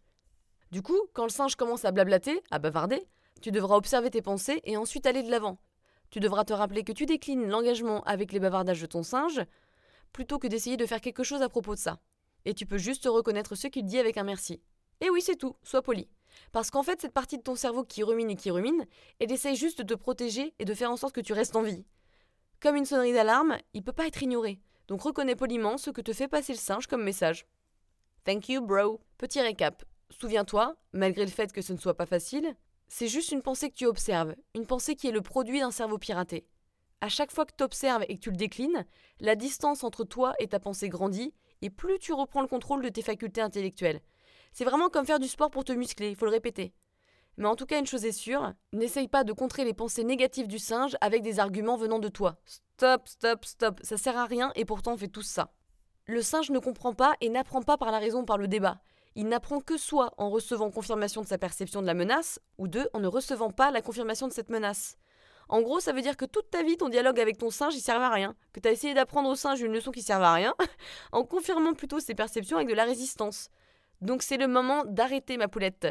Du coup, quand le singe commence à blablater, à bavarder, tu devras observer tes pensées et ensuite aller de l'avant. Tu devras te rappeler que tu déclines l'engagement avec les bavardages de ton singe plutôt que d'essayer de faire quelque chose à propos de ça. Et tu peux juste reconnaître ce qu'il dit avec un merci. Et oui, c'est tout, sois poli. Parce qu'en fait, cette partie de ton cerveau qui rumine et qui rumine, elle essaye juste de te protéger et de faire en sorte que tu restes en vie. Comme une sonnerie d'alarme, il peut pas être ignoré. Donc reconnais poliment ce que te fait passer le singe comme message. Thank you, bro. Petit récap. Souviens-toi, malgré le fait que ce ne soit pas facile, c'est juste une pensée que tu observes, une pensée qui est le produit d'un cerveau piraté. À chaque fois que tu observes et que tu le déclines, la distance entre toi et ta pensée grandit, et plus tu reprends le contrôle de tes facultés intellectuelles. C'est vraiment comme faire du sport pour te muscler, il faut le répéter. Mais en tout cas, une chose est sûre, n'essaye pas de contrer les pensées négatives du singe avec des arguments venant de toi. Stop, stop, stop, ça sert à rien et pourtant on fait tous ça. Le singe ne comprend pas et n'apprend pas par la raison ou par le débat. Il n'apprend que soit en recevant confirmation de sa perception de la menace, ou deux, en ne recevant pas la confirmation de cette menace. En gros, ça veut dire que toute ta vie, ton dialogue avec ton singe, il servait à rien. Que tu as essayé d'apprendre au singe une leçon qui servait à rien, en confirmant plutôt ses perceptions avec de la résistance. Donc c'est le moment d'arrêter, ma poulette.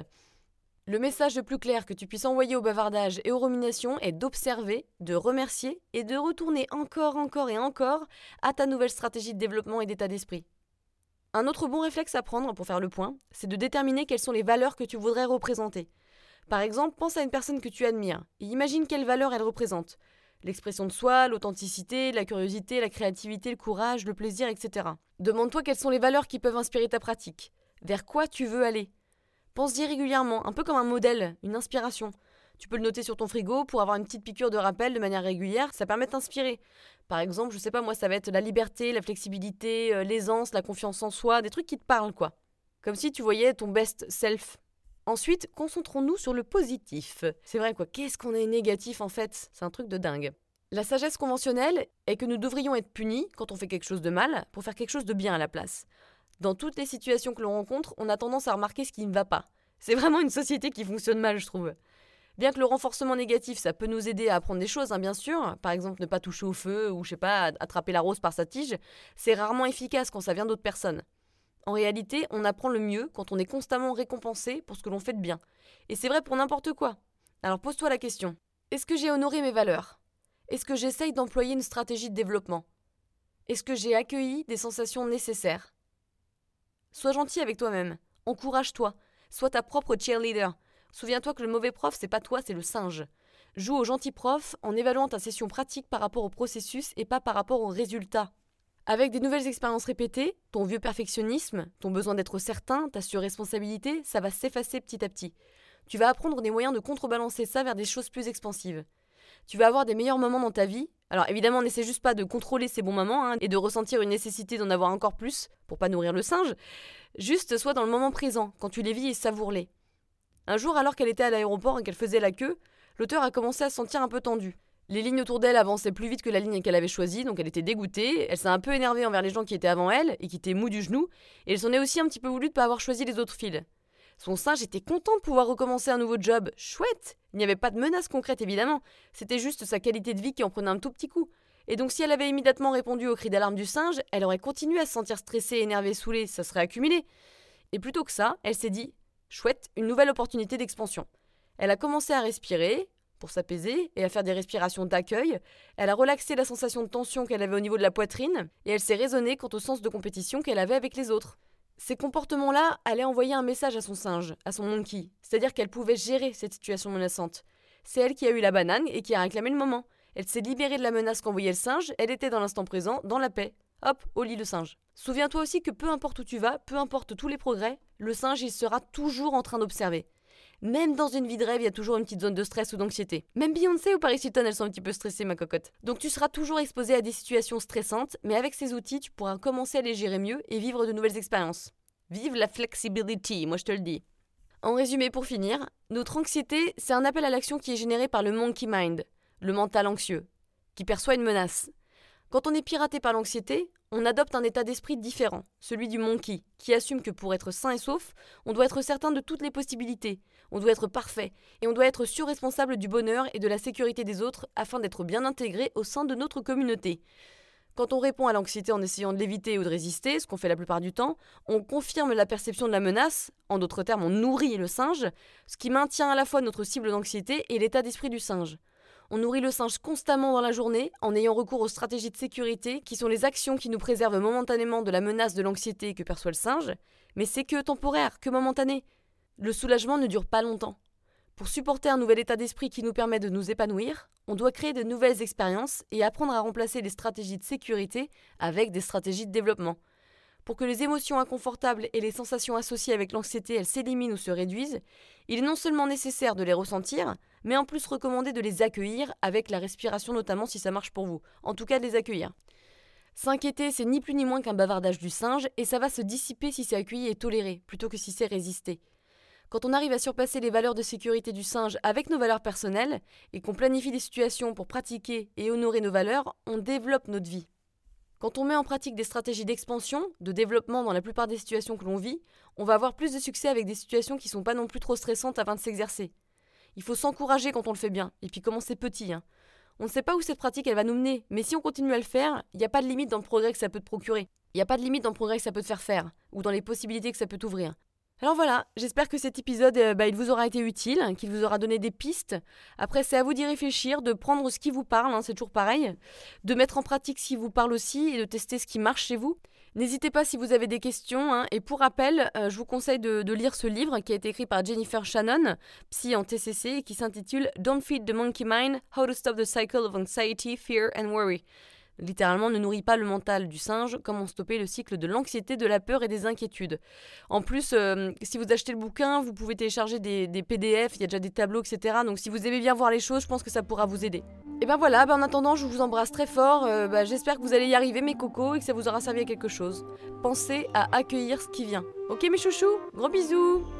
Le message le plus clair que tu puisses envoyer au bavardage et aux ruminations est d'observer, de remercier et de retourner encore, encore et encore à ta nouvelle stratégie de développement et d'état d'esprit. Un autre bon réflexe à prendre pour faire le point, c'est de déterminer quelles sont les valeurs que tu voudrais représenter. Par exemple, pense à une personne que tu admires et imagine quelles valeurs elle représente. L'expression de soi, l'authenticité, la curiosité, la créativité, le courage, le plaisir, et cetera. Demande-toi quelles sont les valeurs qui peuvent inspirer ta pratique. Vers quoi tu veux aller ? Pense-y régulièrement, un peu comme un modèle, une inspiration. Tu peux le noter sur ton frigo pour avoir une petite piqûre de rappel de manière régulière, ça permet de t'inspirer. Par exemple, je sais pas moi, ça va être la liberté, la flexibilité, euh, l'aisance, la confiance en soi, des trucs qui te parlent quoi. Comme si tu voyais ton best self. Ensuite, concentrons-nous sur le positif. C'est vrai quoi, qu'est-ce qu'on est négatif en fait ? C'est un truc de dingue. La sagesse conventionnelle est que nous devrions être punis quand on fait quelque chose de mal pour faire quelque chose de bien à la place. Dans toutes les situations que l'on rencontre, on a tendance à remarquer ce qui ne va pas. C'est vraiment une société qui fonctionne mal, je trouve. Bien que le renforcement négatif, ça peut nous aider à apprendre des choses, hein, bien sûr. Par exemple, ne pas toucher au feu ou, je sais pas, attraper la rose par sa tige. C'est rarement efficace quand ça vient d'autres personnes. En réalité, on apprend le mieux quand on est constamment récompensé pour ce que l'on fait de bien. Et c'est vrai pour n'importe quoi. Alors pose-toi la question. Est-ce que j'ai honoré mes valeurs ? Est-ce que j'essaye d'employer une stratégie de développement ? Est-ce que j'ai accueilli des sensations nécessaires ? Sois gentil avec toi-même. Encourage-toi. Sois ta propre cheerleader. Souviens-toi que le mauvais prof, c'est pas toi, c'est le singe. Joue au gentil prof en évaluant ta session pratique par rapport au processus et pas par rapport au résultat. Avec des nouvelles expériences répétées, ton vieux perfectionnisme, ton besoin d'être certain, ta surresponsabilité, ça va s'effacer petit à petit. Tu vas apprendre des moyens de contrebalancer ça vers des choses plus expansives. Tu vas avoir des meilleurs moments dans ta vie. Alors évidemment, n'essaie juste pas de contrôler ces bons moments hein, et de ressentir une nécessité d'en avoir encore plus pour pas nourrir le singe. Juste sois dans le moment présent, quand tu les vis et savoure-les. Un jour, alors qu'elle était à l'aéroport et qu'elle faisait la queue, l'auteur a commencé à se sentir un peu tendue. Les lignes autour d'elle avançaient plus vite que la ligne qu'elle avait choisie, donc elle était dégoûtée. Elle s'est un peu énervée envers les gens qui étaient avant elle et qui étaient mous du genou, et elle s'en est aussi un petit peu voulu de ne pas avoir choisi les autres files. Son singe était content de pouvoir recommencer un nouveau job. Chouette ! Il n'y avait pas de menace concrète évidemment, c'était juste sa qualité de vie qui en prenait un tout petit coup. Et donc si elle avait immédiatement répondu au cri d'alarme du singe, elle aurait continué à se sentir stressée, énervée, saoulée, ça serait accumulé. Et plutôt que ça, elle s'est dit « Chouette, une nouvelle opportunité d'expansion ». Elle a commencé à respirer pour s'apaiser et à faire des respirations d'accueil. Elle a relaxé la sensation de tension qu'elle avait au niveau de la poitrine et elle s'est raisonnée quant au sens de compétition qu'elle avait avec les autres. Ces comportements-là allaient envoyer un message à son singe, à son monkey, c'est-à-dire qu'elle pouvait gérer cette situation menaçante. C'est elle qui a eu la banane et qui a réclamé le moment. Elle s'est libérée de la menace qu'envoyait le singe, elle était dans l'instant présent, dans la paix. Hop, au lit le singe. Souviens-toi aussi que peu importe où tu vas, peu importe tous les progrès, le singe il sera toujours en train d'observer. Même dans une vie de rêve, il y a toujours une petite zone de stress ou d'anxiété. Même Beyoncé ou Paris Hilton, elles sont un petit peu stressées, ma cocotte. Donc tu seras toujours exposé à des situations stressantes, mais avec ces outils, tu pourras commencer à les gérer mieux et vivre de nouvelles expériences. Vive la flexibility, moi je te le dis. En résumé, pour finir, notre anxiété, c'est un appel à l'action qui est généré par le monkey mind, le mental anxieux, qui perçoit une menace. Quand on est piraté par l'anxiété, on adopte un état d'esprit différent, celui du monkey, qui assume que pour être sain et sauf, on doit être certain de toutes les possibilités, on doit être parfait, et on doit être sûr-responsable du bonheur et de la sécurité des autres afin d'être bien intégré au sein de notre communauté. Quand on répond à l'anxiété en essayant de l'éviter ou de résister, ce qu'on fait la plupart du temps, on confirme la perception de la menace, en d'autres termes on nourrit le singe, ce qui maintient à la fois notre cible d'anxiété et l'état d'esprit du singe. On nourrit le singe constamment dans la journée en ayant recours aux stratégies de sécurité qui sont les actions qui nous préservent momentanément de la menace de l'anxiété que perçoit le singe, mais c'est que temporaire, que momentané. Le soulagement ne dure pas longtemps. Pour supporter un nouvel état d'esprit qui nous permet de nous épanouir, on doit créer de nouvelles expériences et apprendre à remplacer les stratégies de sécurité avec des stratégies de développement. Pour que les émotions inconfortables et les sensations associées avec l'anxiété elles s'éliminent ou se réduisent, il est non seulement nécessaire de les ressentir, mais en plus recommandé de les accueillir avec la respiration notamment si ça marche pour vous. En tout cas de les accueillir. S'inquiéter, c'est ni plus ni moins qu'un bavardage du singe et ça va se dissiper si c'est accueilli et toléré, plutôt que si c'est résisté. Quand on arrive à surpasser les valeurs de sécurité du singe avec nos valeurs personnelles et qu'on planifie des situations pour pratiquer et honorer nos valeurs, on développe notre vie. Quand on met en pratique des stratégies d'expansion, de développement dans la plupart des situations que l'on vit, on va avoir plus de succès avec des situations qui ne sont pas non plus trop stressantes afin de s'exercer. Il faut s'encourager quand on le fait bien, et puis commencer petit. Hein. On ne sait pas où cette pratique elle va nous mener, mais si on continue à le faire, il n'y a pas de limite dans le progrès que ça peut te procurer. Il n'y a pas de limite dans le progrès que ça peut te faire faire, ou dans les possibilités que ça peut t'ouvrir. Alors voilà, j'espère que cet épisode euh, bah, il vous aura été utile, qu'il vous aura donné des pistes. Après, c'est à vous d'y réfléchir, de prendre ce qui vous parle, hein, c'est toujours pareil, de mettre en pratique ce qui vous parle aussi et de tester ce qui marche chez vous. N'hésitez pas si vous avez des questions, hein, et pour rappel, euh, je vous conseille de, de lire ce livre qui a été écrit par Jennifer Shannon, psy en T C C, et qui s'intitule Don't Feed the Monkey Mind, How to Stop the Cycle of Anxiety, Fear and Worry. Littéralement, ne nourrit pas le mental du singe, comment stopper le cycle de l'anxiété, de la peur et des inquiétudes. En plus, euh, si vous achetez le bouquin, vous pouvez télécharger des, des P D F, il y a déjà des tableaux, et cetera. Donc si vous aimez bien voir les choses, je pense que ça pourra vous aider. Et ben voilà, ben en attendant, je vous embrasse très fort. Euh, ben j'espère que vous allez y arriver, mes cocos, et que ça vous aura servi à quelque chose. Pensez à accueillir ce qui vient. Ok mes chouchous, gros bisous.